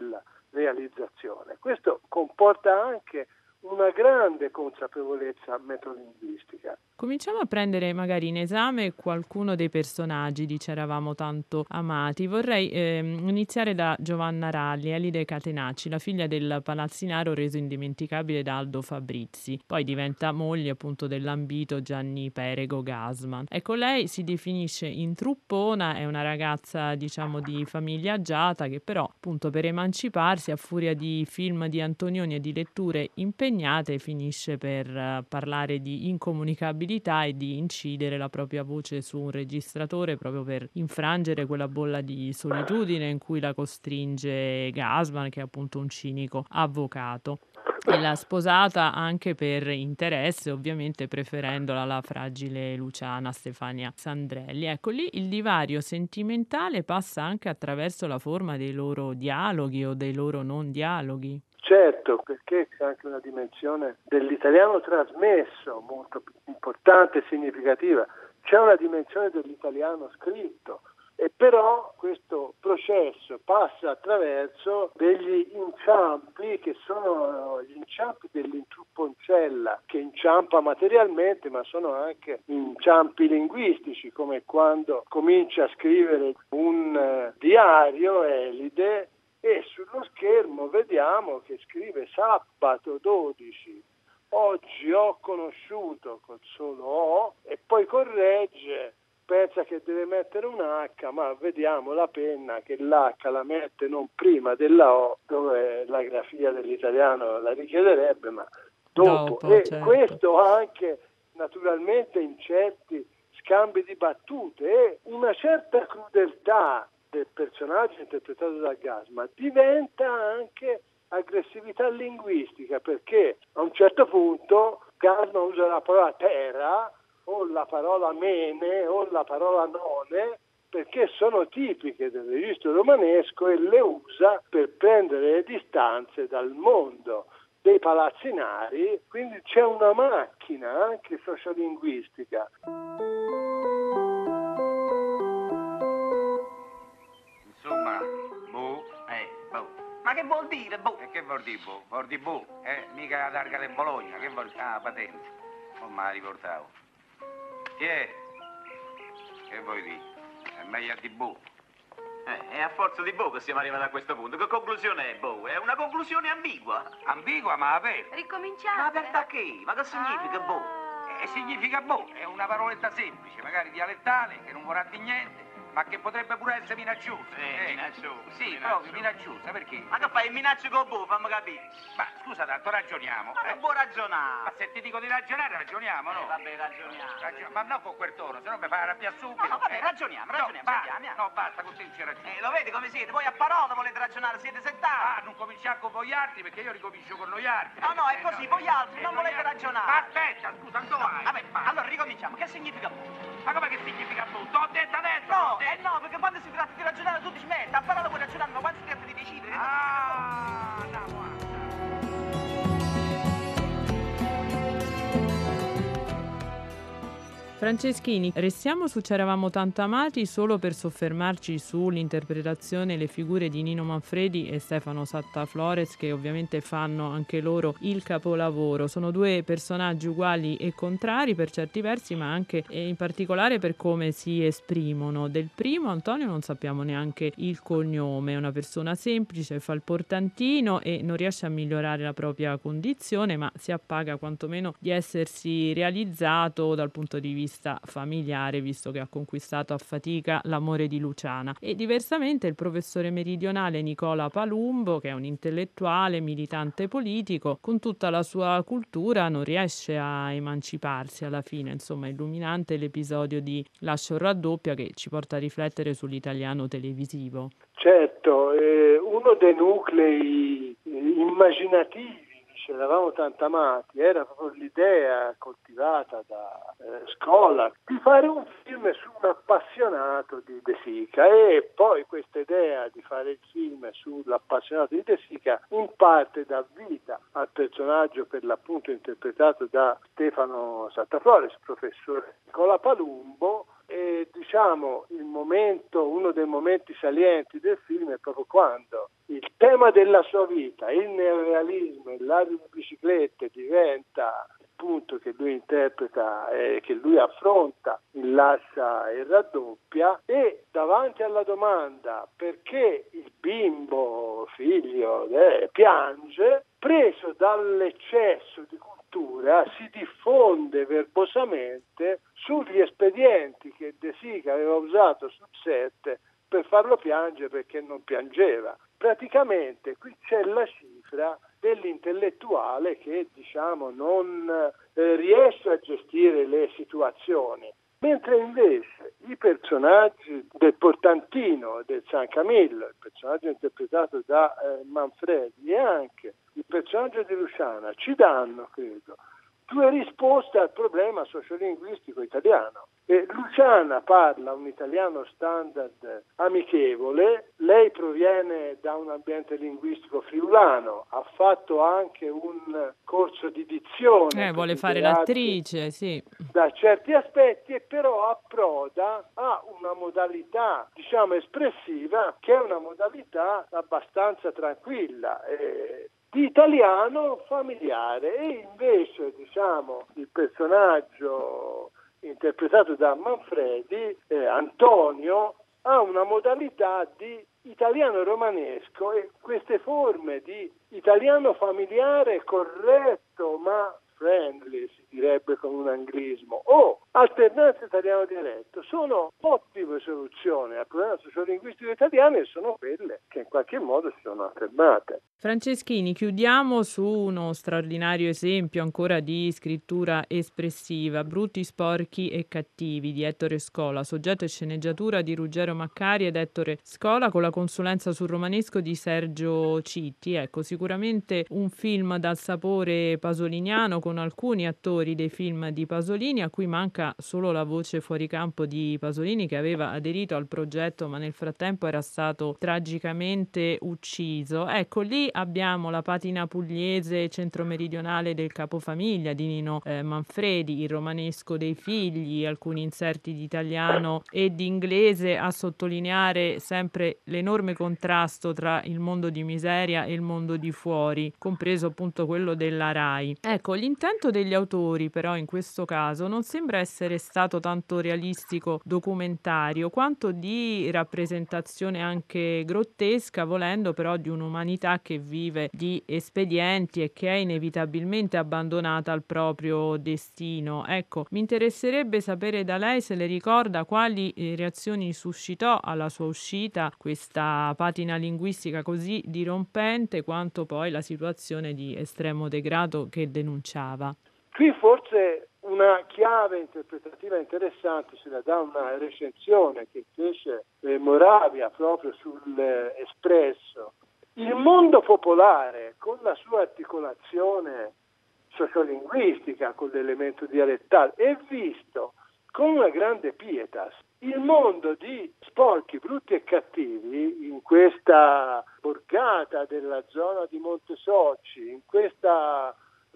realizzazione. Questo comporta anche una grande consapevolezza metalinguistica. Cominciamo a prendere magari in esame qualcuno dei personaggi di C'eravamo tanto amati. Vorrei iniziare da Giovanna Ralli, Elide Catenacci, la figlia del palazzinaro reso indimenticabile da Aldo Fabrizi. Poi diventa moglie appunto dell'ambito Gianni Perego Gasman. Ecco, lei si definisce intruppona, è una ragazza diciamo di famiglia agiata che però appunto per emanciparsi a furia di film di Antonioni e di letture impegnate finisce per parlare di incomunicabilità e di incidere la propria voce su un registratore proprio per infrangere quella bolla di solitudine in cui la costringe Gasman, che è appunto un cinico avvocato. E l'ha sposata anche per interesse, ovviamente preferendola alla fragile Luciana Stefania Sandrelli. Ecco, lì il divario sentimentale passa anche attraverso la forma dei loro dialoghi o dei loro non dialoghi. Certo, perché c'è anche una dimensione dell'italiano trasmesso molto importante e significativa. C'è una dimensione dell'italiano scritto e però questo processo passa attraverso degli inciampi che sono gli inciampi dell'intrupponcella che inciampa materialmente, ma sono anche inciampi linguistici, come quando comincia a scrivere un diario Elide e sullo schermo vediamo che scrive sabato 12, oggi ho conosciuto col solo O, e poi corregge, pensa che deve mettere un H, ma vediamo la penna che l'H la mette non prima della O, dove la grafia dell'italiano la richiederebbe, ma dopo. E certo. questo anche naturalmente in certi scambi di battute e una certa crudeltà del personaggio interpretato da Gasman diventa anche aggressività linguistica, perché a un certo punto Gasman usa la parola terra o la parola mene o la parola none, perché sono tipiche del registro romanesco, e le usa per prendere le distanze dal mondo dei palazzinari, quindi c'è una macchina anche sociolinguistica. Insomma, boh. Ma che vuol dire, boh? E che vuol dire, boh? Vuol dire, boh? Mica la targa di Bologna, che vuol dire? Ah, patente. Non me la ricordavo. Chi è? Che vuoi dire? È meglio di boh. È a forza di boh che siamo arrivati a questo punto. Che conclusione è, boh? È una conclusione ambigua. Ambigua, ma aperta. Ma aperta a che? Ma che significa, boh? Significa boh, è una paroletta semplice, magari dialettale, che non vorrà di niente, ma che potrebbe pure essere minacciosa. Minacciosa. Sì, proprio minacciosa, perché? Ma che fai, minacci con boh, fammi capire. Ma scusa, tanto ragioniamo. Ma non può ragionare. Ma se ti dico di ragionare, ragioniamo, no? Vabbè, ragioniamo. Ma non con quel tono, se no mi fai arrabbiare subito. No, vabbè, ragioniamo. No, basta, così non ci ragioniamo. Lo vedi come siete? Voi a parola volete ragionare, siete settati. Non cominciamo con voi altri, perché io ricomincio con noi altri. No, è così, voi altri non volete ragionare. Ma aspetta, scusa, dove vai? Vabbè, allora ricominciamo. Che significa boh? Ma come che significa boh? T'ho detto adesso! No, perché quando si tratta di ragionare tu ti smetti, a parola puoi ragionare, ma quando si tratta di decidere... Franceschini, restiamo su C'eravamo tanto amati solo per soffermarci sull'interpretazione e le figure di Nino Manfredi e Stefano Satta-Flores, che ovviamente fanno anche loro il capolavoro. Sono due personaggi uguali e contrari per certi versi, ma anche e in particolare per come si esprimono. Del primo, Antonio, non sappiamo neanche il cognome, è una persona semplice, fa il portantino e non riesce a migliorare la propria condizione, ma si appaga quantomeno di essersi realizzato dal punto di vista familiare, visto che ha conquistato a fatica l'amore di Luciana. E diversamente il professore meridionale Nicola Palumbo, che è un intellettuale, militante politico, con tutta la sua cultura non riesce a emanciparsi alla fine. Insomma, è illuminante l'episodio di Lascia un raddoppia che ci porta a riflettere sull'italiano televisivo. Certo, uno dei nuclei immaginativi C'eravamo tanto amati, era proprio l'idea coltivata da Scola di fare un film su un appassionato di De Sica, e poi questa idea di fare il film sull'appassionato di De Sica in parte dà vita al personaggio per l'appunto interpretato da Stefano Satta-Flores, professore Nicola Palumbo. E diciamo uno dei momenti salienti del film è proprio quando il tema della sua vita, il neorealismo, il Ladro di biciclette diventa il punto che lui interpreta e che lui affronta in Lascia e raddoppia, e davanti alla domanda perché il bimbo figlio piange, preso dall'eccesso di cultura si diffonde verbosamente sugli espedienti che De Sica aveva usato sul set per farlo piangere perché non piangeva. Praticamente qui c'è la cifra dell'intellettuale che non riesce a gestire le situazioni, mentre invece i personaggi del Portantino, del San Camillo, il personaggio interpretato da Manfredi, e anche il personaggio di Luciana ci danno, credo, due risposte al problema sociolinguistico italiano. Luciana parla un italiano standard amichevole, lei proviene da un ambiente linguistico friulano, ha fatto anche un corso di dizione. Vuole fare l'attrice, sì. Da certi aspetti, e però approda a una modalità, espressiva, che è una modalità abbastanza tranquilla, di italiano familiare, e invece il personaggio interpretato da Manfredi, Antonio, ha una modalità di italiano romanesco, e queste forme di italiano familiare corretto ma friendly, si direbbe con un anglismo, o alternanza italiano-dialetto, sono ottime soluzioni al problema sociolinguistico italiano, e sono quelle che in qualche modo si sono affermate. Franceschini, chiudiamo su uno straordinario esempio ancora di scrittura espressiva, Brutti, sporchi e cattivi di Ettore Scola, soggetto e sceneggiatura di Ruggero Maccari ed Ettore Scola, con la consulenza sul romanesco di Sergio Citti. Ecco, sicuramente un film dal sapore pasoliniano, con alcuni attori dei film di Pasolini, a cui manca solo la voce fuori campo di Pasolini, che aveva aderito al progetto ma nel frattempo era stato tragicamente ucciso. Ecco, lì abbiamo la patina pugliese centromeridionale del capofamiglia di Nino Manfredi, il romanesco dei figli, alcuni inserti di italiano e di inglese, a sottolineare sempre l'enorme contrasto tra il mondo di miseria e il mondo di fuori, compreso appunto quello della Rai. Ecco, l'intento degli autori però in questo caso non sembra essere stato tanto realistico documentario quanto di rappresentazione anche grottesca, volendo però di un'umanità che vive di espedienti e che è inevitabilmente abbandonata al proprio destino. Ecco, mi interesserebbe sapere da lei se le ricorda quali reazioni suscitò alla sua uscita questa patina linguistica così dirompente, quanto poi la situazione di estremo degrado che denunciava. Qui forse una chiave interpretativa interessante ce la dà una recensione che fece Moravia proprio sull'Espresso. Il mondo popolare, con la sua articolazione sociolinguistica, con l'elemento dialettale, è visto con una grande pietas. Il mondo di sporchi, brutti e cattivi, in questa borgata della zona di Montesocci, in questa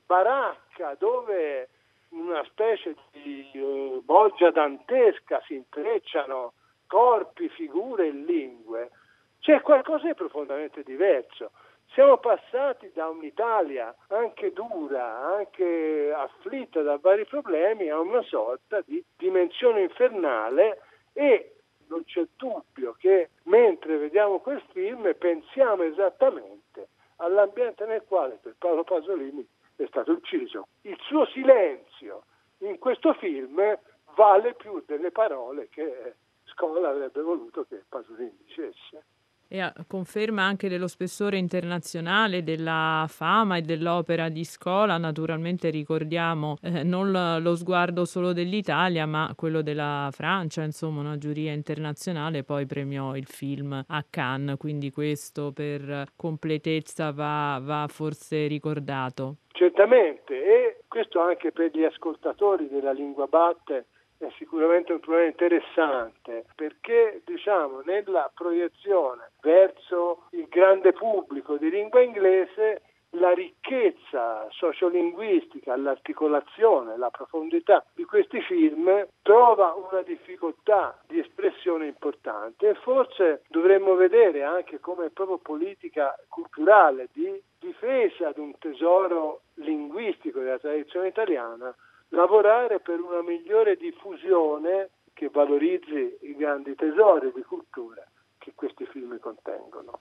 baracca dove una specie di bolgia dantesca si intrecciano corpi, figure e lingue, c'è qualcosa di profondamente diverso. Siamo passati da un'Italia anche dura, anche afflitta da vari problemi, a una sorta di dimensione infernale, e non c'è dubbio che mentre vediamo quel film pensiamo esattamente all'ambiente nel quale per Paolo Pasolini è stato ucciso. Il suo silenzio in questo film vale più delle parole che Scola avrebbe voluto che Pasolini dicesse. E conferma anche dello spessore internazionale, della fama e dell'opera di Scola. Naturalmente ricordiamo non lo sguardo solo dell'Italia, ma quello della Francia, insomma una giuria internazionale poi premiò il film a Cannes, quindi questo per completezza va forse ricordato. Certamente, e questo anche per gli ascoltatori della Lingua Batte è sicuramente un problema interessante, perché nella proiezione verso il grande pubblico di lingua inglese la ricchezza sociolinguistica, l'articolazione, la profondità di questi film trova una difficoltà di espressione importante, e forse dovremmo vedere anche come proprio politica culturale di difesa di un tesoro linguistico della tradizione italiana lavorare per una migliore diffusione che valorizzi i grandi tesori di cultura che questi film contengono.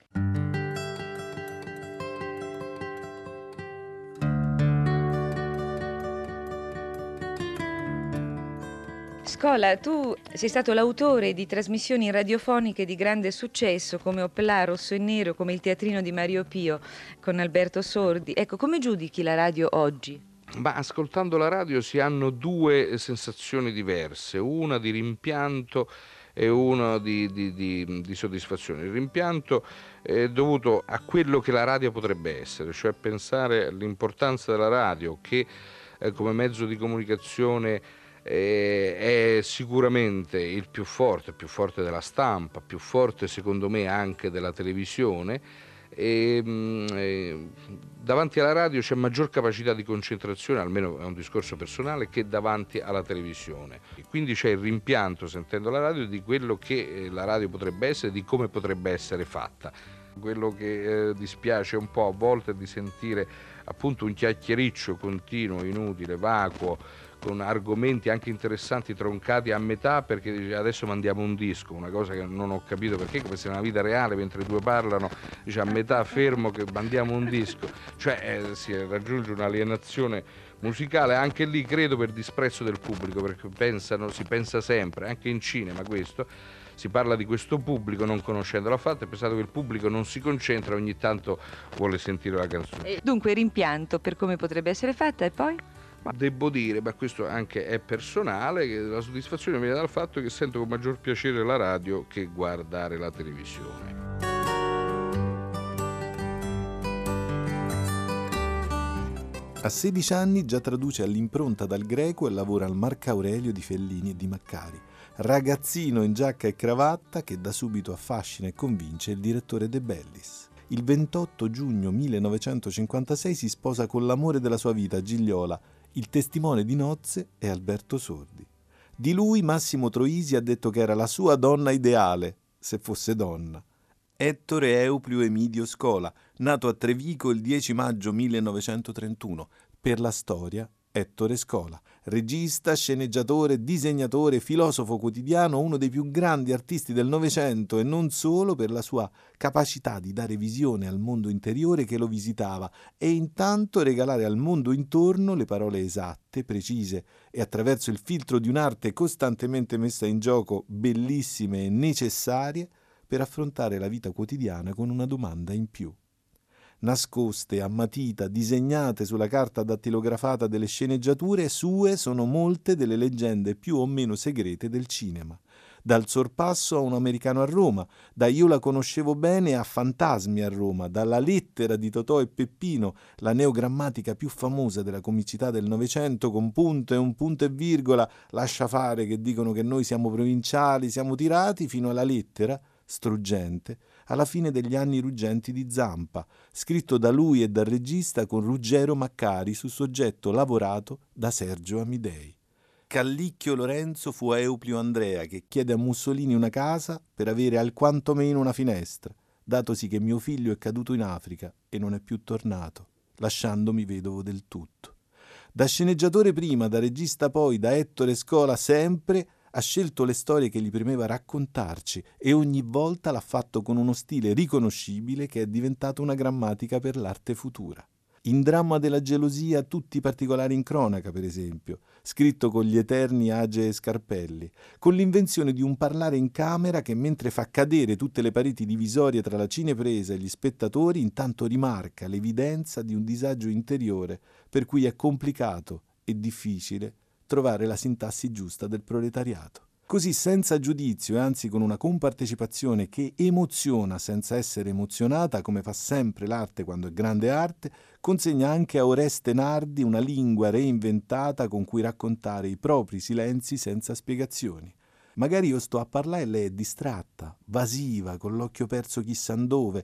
Scola, tu sei stato l'autore di trasmissioni radiofoniche di grande successo come Opla, Rosso e Nero, come Il teatrino di Mario Pio con Alberto Sordi. Ecco, come giudichi la radio oggi? Ma ascoltando la radio si hanno due sensazioni diverse, una di rimpianto e una di soddisfazione. Il rimpianto è dovuto a quello che la radio potrebbe essere, cioè pensare all'importanza della radio che come mezzo di comunicazione è sicuramente il più forte della stampa, più forte secondo me anche della televisione, e davanti alla radio c'è maggior capacità di concentrazione, almeno è un discorso personale, che davanti alla televisione. E quindi c'è il rimpianto, sentendo la radio, di quello che la radio potrebbe essere, di come potrebbe essere fatta. Quello che dispiace un po' a volte è di sentire appunto un chiacchiericcio continuo, inutile, vacuo, con argomenti anche interessanti troncati a metà, perché dice adesso mandiamo un disco, una cosa che non ho capito perché, come se nella vita reale mentre due parlano dice a metà fermo che mandiamo un disco, cioè si raggiunge un'alienazione musicale, anche lì credo per disprezzo del pubblico, perché si pensa sempre, anche in cinema questo, si parla di questo pubblico non conoscendolo affatto, e pensato che il pubblico non si concentra, ogni tanto vuole sentire la canzone. Dunque rimpianto per come potrebbe essere fatta, e poi? Ma devo dire, ma questo anche è personale, che la soddisfazione viene dal fatto che sento con maggior piacere la radio che guardare la televisione. A 16 anni già traduce all'impronta dal greco e lavora al Marco Aurelio di Fellini e di Maccari. Ragazzino in giacca e cravatta che da subito affascina e convince il direttore De Bellis. Il 28 giugno 1956 si sposa con l'amore della sua vita, Gigliola. Il testimone di nozze è Alberto Sordi. Di lui Massimo Troisi ha detto che era la sua donna ideale, se fosse donna. Ettore Euplio Emidio Scola, nato a Trevico il 10 maggio 1931. Per la storia, Ettore Scola, regista, sceneggiatore, disegnatore, filosofo quotidiano, uno dei più grandi artisti del Novecento, e non solo per la sua capacità di dare visione al mondo interiore che lo visitava e intanto regalare al mondo intorno le parole esatte, precise e attraverso il filtro di un'arte costantemente messa in gioco, bellissime e necessarie per affrontare la vita quotidiana con una domanda in più. Nascoste, a matita, disegnate sulla carta dattilografata delle sceneggiature sue sono molte delle leggende più o meno segrete del cinema. Dal Sorpasso a Un americano a Roma, da Io la conoscevo bene a Fantasmi a Roma, dalla Lettera di Totò e Peppino, la neogrammatica più famosa della comicità del Novecento, con punto e un punto e virgola, lascia fare che dicono che noi siamo provinciali, siamo tirati, fino alla lettera struggente alla fine degli anni ruggenti di Zampa, scritto da lui e dal regista con Ruggero Maccari su soggetto lavorato da Sergio Amidei. Callicchio Lorenzo fu a Euplio Andrea che chiede a Mussolini una casa per avere alquantomeno una finestra, datosi che mio figlio è caduto in Africa e non è più tornato, lasciandomi vedovo del tutto. Da sceneggiatore prima, da regista poi, da Ettore Scola sempre, ha scelto le storie che gli premeva raccontarci e ogni volta l'ha fatto con uno stile riconoscibile che è diventato una grammatica per l'arte futura. In Dramma della gelosia tutti i particolari in cronaca, per esempio, scritto con gli eterni Age e Scarpelli, con l'invenzione di un parlare in camera che mentre fa cadere tutte le pareti divisorie tra la cinepresa e gli spettatori intanto rimarca l'evidenza di un disagio interiore per cui è complicato e difficile trovare la sintassi giusta del proletariato. Così senza giudizio e anzi con una compartecipazione che emoziona senza essere emozionata, come fa sempre l'arte quando è grande arte, consegna anche a Oreste Nardi una lingua reinventata con cui raccontare i propri silenzi senza spiegazioni. Magari io sto a parlare e lei è distratta, vasiva, con l'occhio perso chissà dove,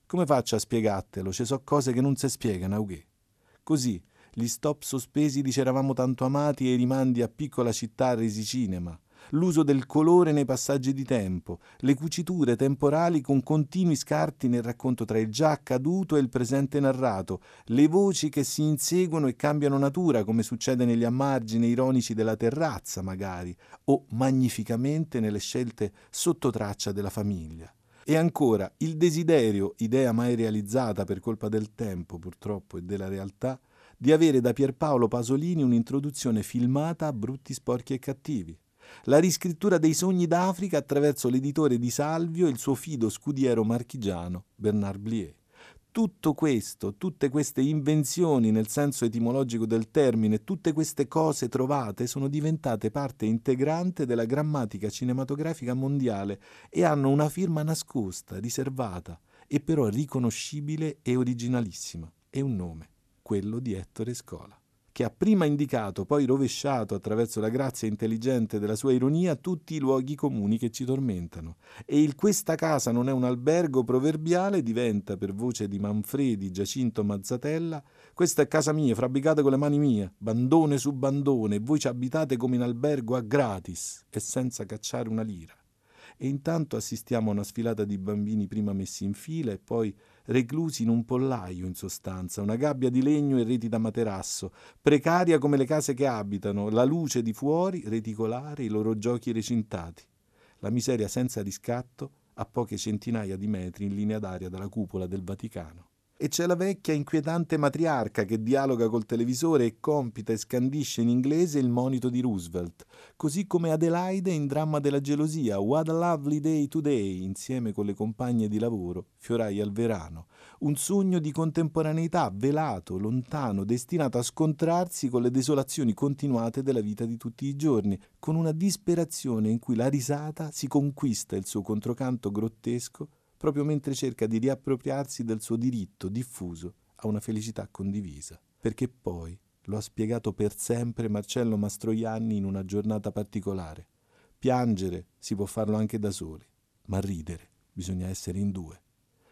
Come faccio a spiegartelo? Ci so cose che non si spiegano, aughè. Così, gli stop sospesi di C'eravamo tanto amati e i rimandi a Piccola città resi cinema, l'uso del colore nei passaggi di tempo, le cuciture temporali con continui scarti nel racconto tra il già accaduto e il presente narrato, le voci che si inseguono e cambiano natura, come succede negli ammargini ironici della terrazza, magari, o magnificamente nelle scelte sotto traccia della famiglia. E ancora, il desiderio, idea mai realizzata per colpa del tempo, purtroppo, e della realtà, di avere da Pierpaolo Pasolini un'introduzione filmata a Brutti, sporchi e cattivi. La riscrittura dei sogni d'Africa attraverso l'editore di Salvio e il suo fido scudiero marchigiano, Bernard Blier. Tutto questo, tutte queste invenzioni nel senso etimologico del termine, tutte queste cose trovate sono diventate parte integrante della grammatica cinematografica mondiale e hanno una firma nascosta, riservata, e però riconoscibile e originalissima, e un nome, quello di Ettore Scola, che ha prima indicato, poi rovesciato attraverso la grazia intelligente della sua ironia tutti i luoghi comuni che ci tormentano. E il "questa casa non è un albergo" proverbiale diventa, per voce di Manfredi Giacinto Mazzatella, "questa è casa mia, fabbricata con le mani mie, bandone su bandone, e voi ci abitate come in albergo a gratis e senza cacciare una lira". E intanto assistiamo a una sfilata di bambini prima messi in fila e poi reclusi in un pollaio, in sostanza, una gabbia di legno e reti da materasso, precaria come le case che abitano, la luce di fuori, reticolare, i loro giochi recintati. La miseria senza riscatto a poche centinaia di metri in linea d'aria dalla cupola del Vaticano. E c'è la vecchia inquietante matriarca che dialoga col televisore e compita e scandisce in inglese il monito di Roosevelt, così come Adelaide in Dramma della gelosia, What a lovely day today, insieme con le compagne di lavoro, fiorai al verano. Un sogno di contemporaneità velato, lontano, destinato a scontrarsi con le desolazioni continuate della vita di tutti i giorni, con una disperazione in cui la risata si conquista il suo controcanto grottesco proprio mentre cerca di riappropriarsi del suo diritto diffuso a una felicità condivisa. Perché poi lo ha spiegato per sempre Marcello Mastroianni in una giornata particolare. Piangere si può farlo anche da soli, ma ridere bisogna essere in due.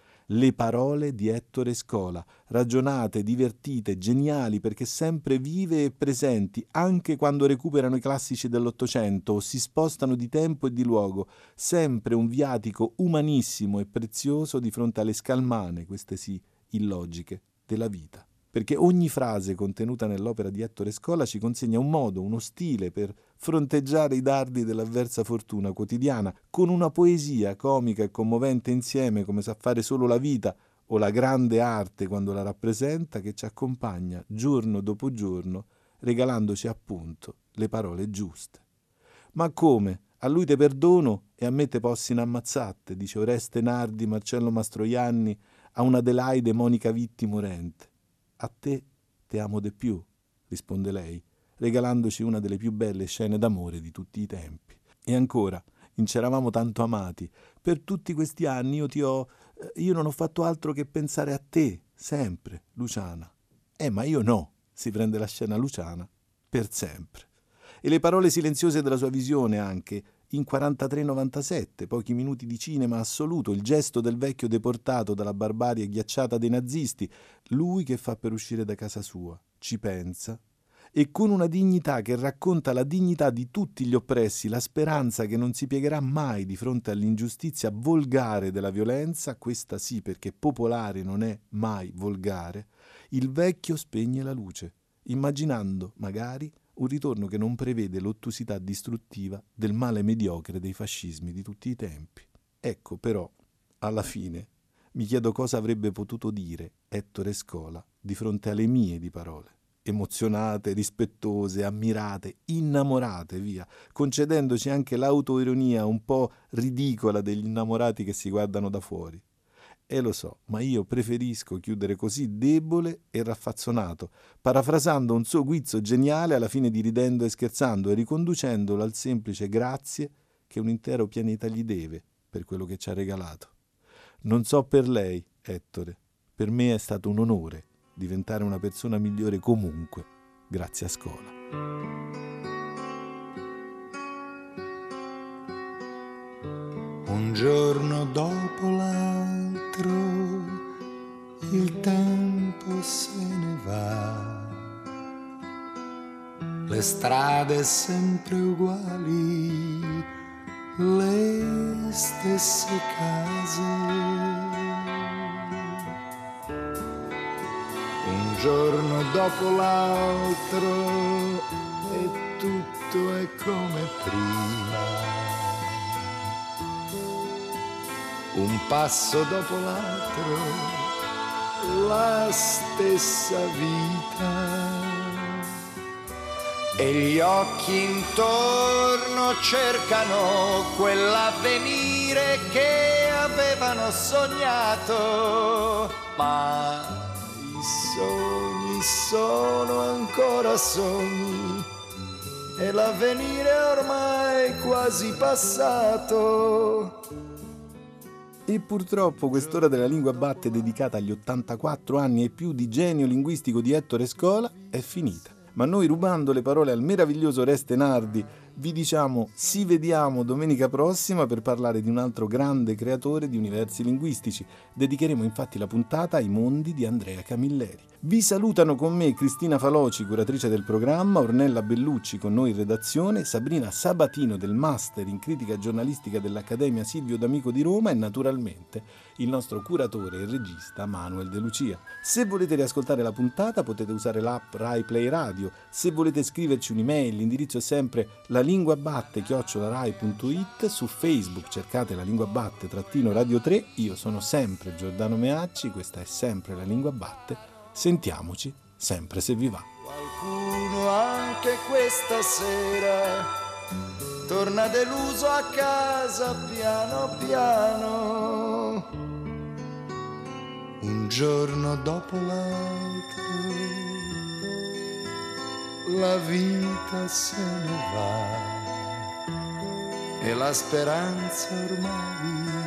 Le parole di Ettore Scola, ragionate, divertite, geniali, perché sempre vive e presenti, anche quando recuperano i classici dell'Ottocento o si spostano di tempo e di luogo, sempre un viatico umanissimo e prezioso di fronte alle scalmane, queste sì, illogiche, della vita. Perché ogni frase contenuta nell'opera di Ettore Scola ci consegna un modo, uno stile per fronteggiare i dardi dell'avversa fortuna quotidiana, con una poesia comica e commovente insieme, come sa fare solo la vita o la grande arte quando la rappresenta, che ci accompagna giorno dopo giorno, regalandoci appunto le parole giuste. Ma come? A lui te perdono e a me te possin ammazzate, dice Oreste Nardi, Marcello Mastroianni, a una Adelaide Monica Vitti morente. A te amo de più, risponde lei, regalandoci una delle più belle scene d'amore di tutti i tempi. E ancora, in C'eravamo tanto amati, per tutti questi anni io non ho fatto altro che pensare a te, sempre, Luciana. Ma io no, si prende la scena Luciana, per sempre. E le parole silenziose della sua visione anche, in 43-97, pochi minuti di cinema assoluto, il gesto del vecchio deportato dalla barbarie ghiacciata dei nazisti, lui che fa per uscire da casa sua, ci pensa, e con una dignità che racconta la dignità di tutti gli oppressi, la speranza che non si piegherà mai di fronte all'ingiustizia volgare della violenza, questa sì perché popolare non è mai volgare, il vecchio spegne la luce, immaginando, magari, un ritorno che non prevede l'ottusità distruttiva del male mediocre dei fascismi di tutti i tempi. Ecco però, alla fine, mi chiedo cosa avrebbe potuto dire Ettore Scola di fronte alle mie di parole, emozionate, rispettose, ammirate, innamorate, via, concedendoci anche l'autoironia un po' ridicola degli innamorati che si guardano da fuori. E lo so, ma io preferisco chiudere così debole e raffazzonato, parafrasando un suo guizzo geniale alla fine di Ridendo e scherzando e riconducendolo al semplice grazie che un intero pianeta gli deve per quello che ci ha regalato. Non so per lei, Ettore, per me è stato un onore diventare una persona migliore comunque, grazie a Scola. Un giorno dopo l'altro il tempo se ne va. Le strade sempre uguali, le stesse case. Un giorno dopo l'altro e tutto è come prima. Un passo dopo l'altro, la stessa vita. E gli occhi intorno cercano quell'avvenire che avevano sognato, ma i sogni sono ancora sogni e l'avvenire è ormai quasi passato. E purtroppo quest'ora della Lingua Batte dedicata agli 84 anni e più di genio linguistico di Ettore Scola è finita. Ma noi, rubando le parole al meraviglioso Oreste Nardi, vi diciamo ci vediamo domenica prossima per parlare di un altro grande creatore di universi linguistici. Dedicheremo infatti la puntata ai mondi di Andrea Camilleri. Vi salutano con me Cristina Faloci, curatrice del programma, Ornella Bellucci con noi in redazione, Sabrina Sabatino del Master in Critica Giornalistica dell'Accademia Silvio D'Amico di Roma e naturalmente il nostro curatore e regista Manuel De Lucia. Se volete riascoltare la puntata potete usare l'app Rai Play Radio. Se volete scriverci un'email, l'indirizzo è sempre lalinguabatte@rai.it. Su Facebook cercate La Lingua Batte -Radio 3. Io sono sempre Giordano Meacci, questa è sempre La Lingua Batte. Sentiamoci sempre se vi va. Qualcuno anche questa sera torna deluso a casa piano piano. Un giorno dopo l'altro la vita se ne va e la speranza ormai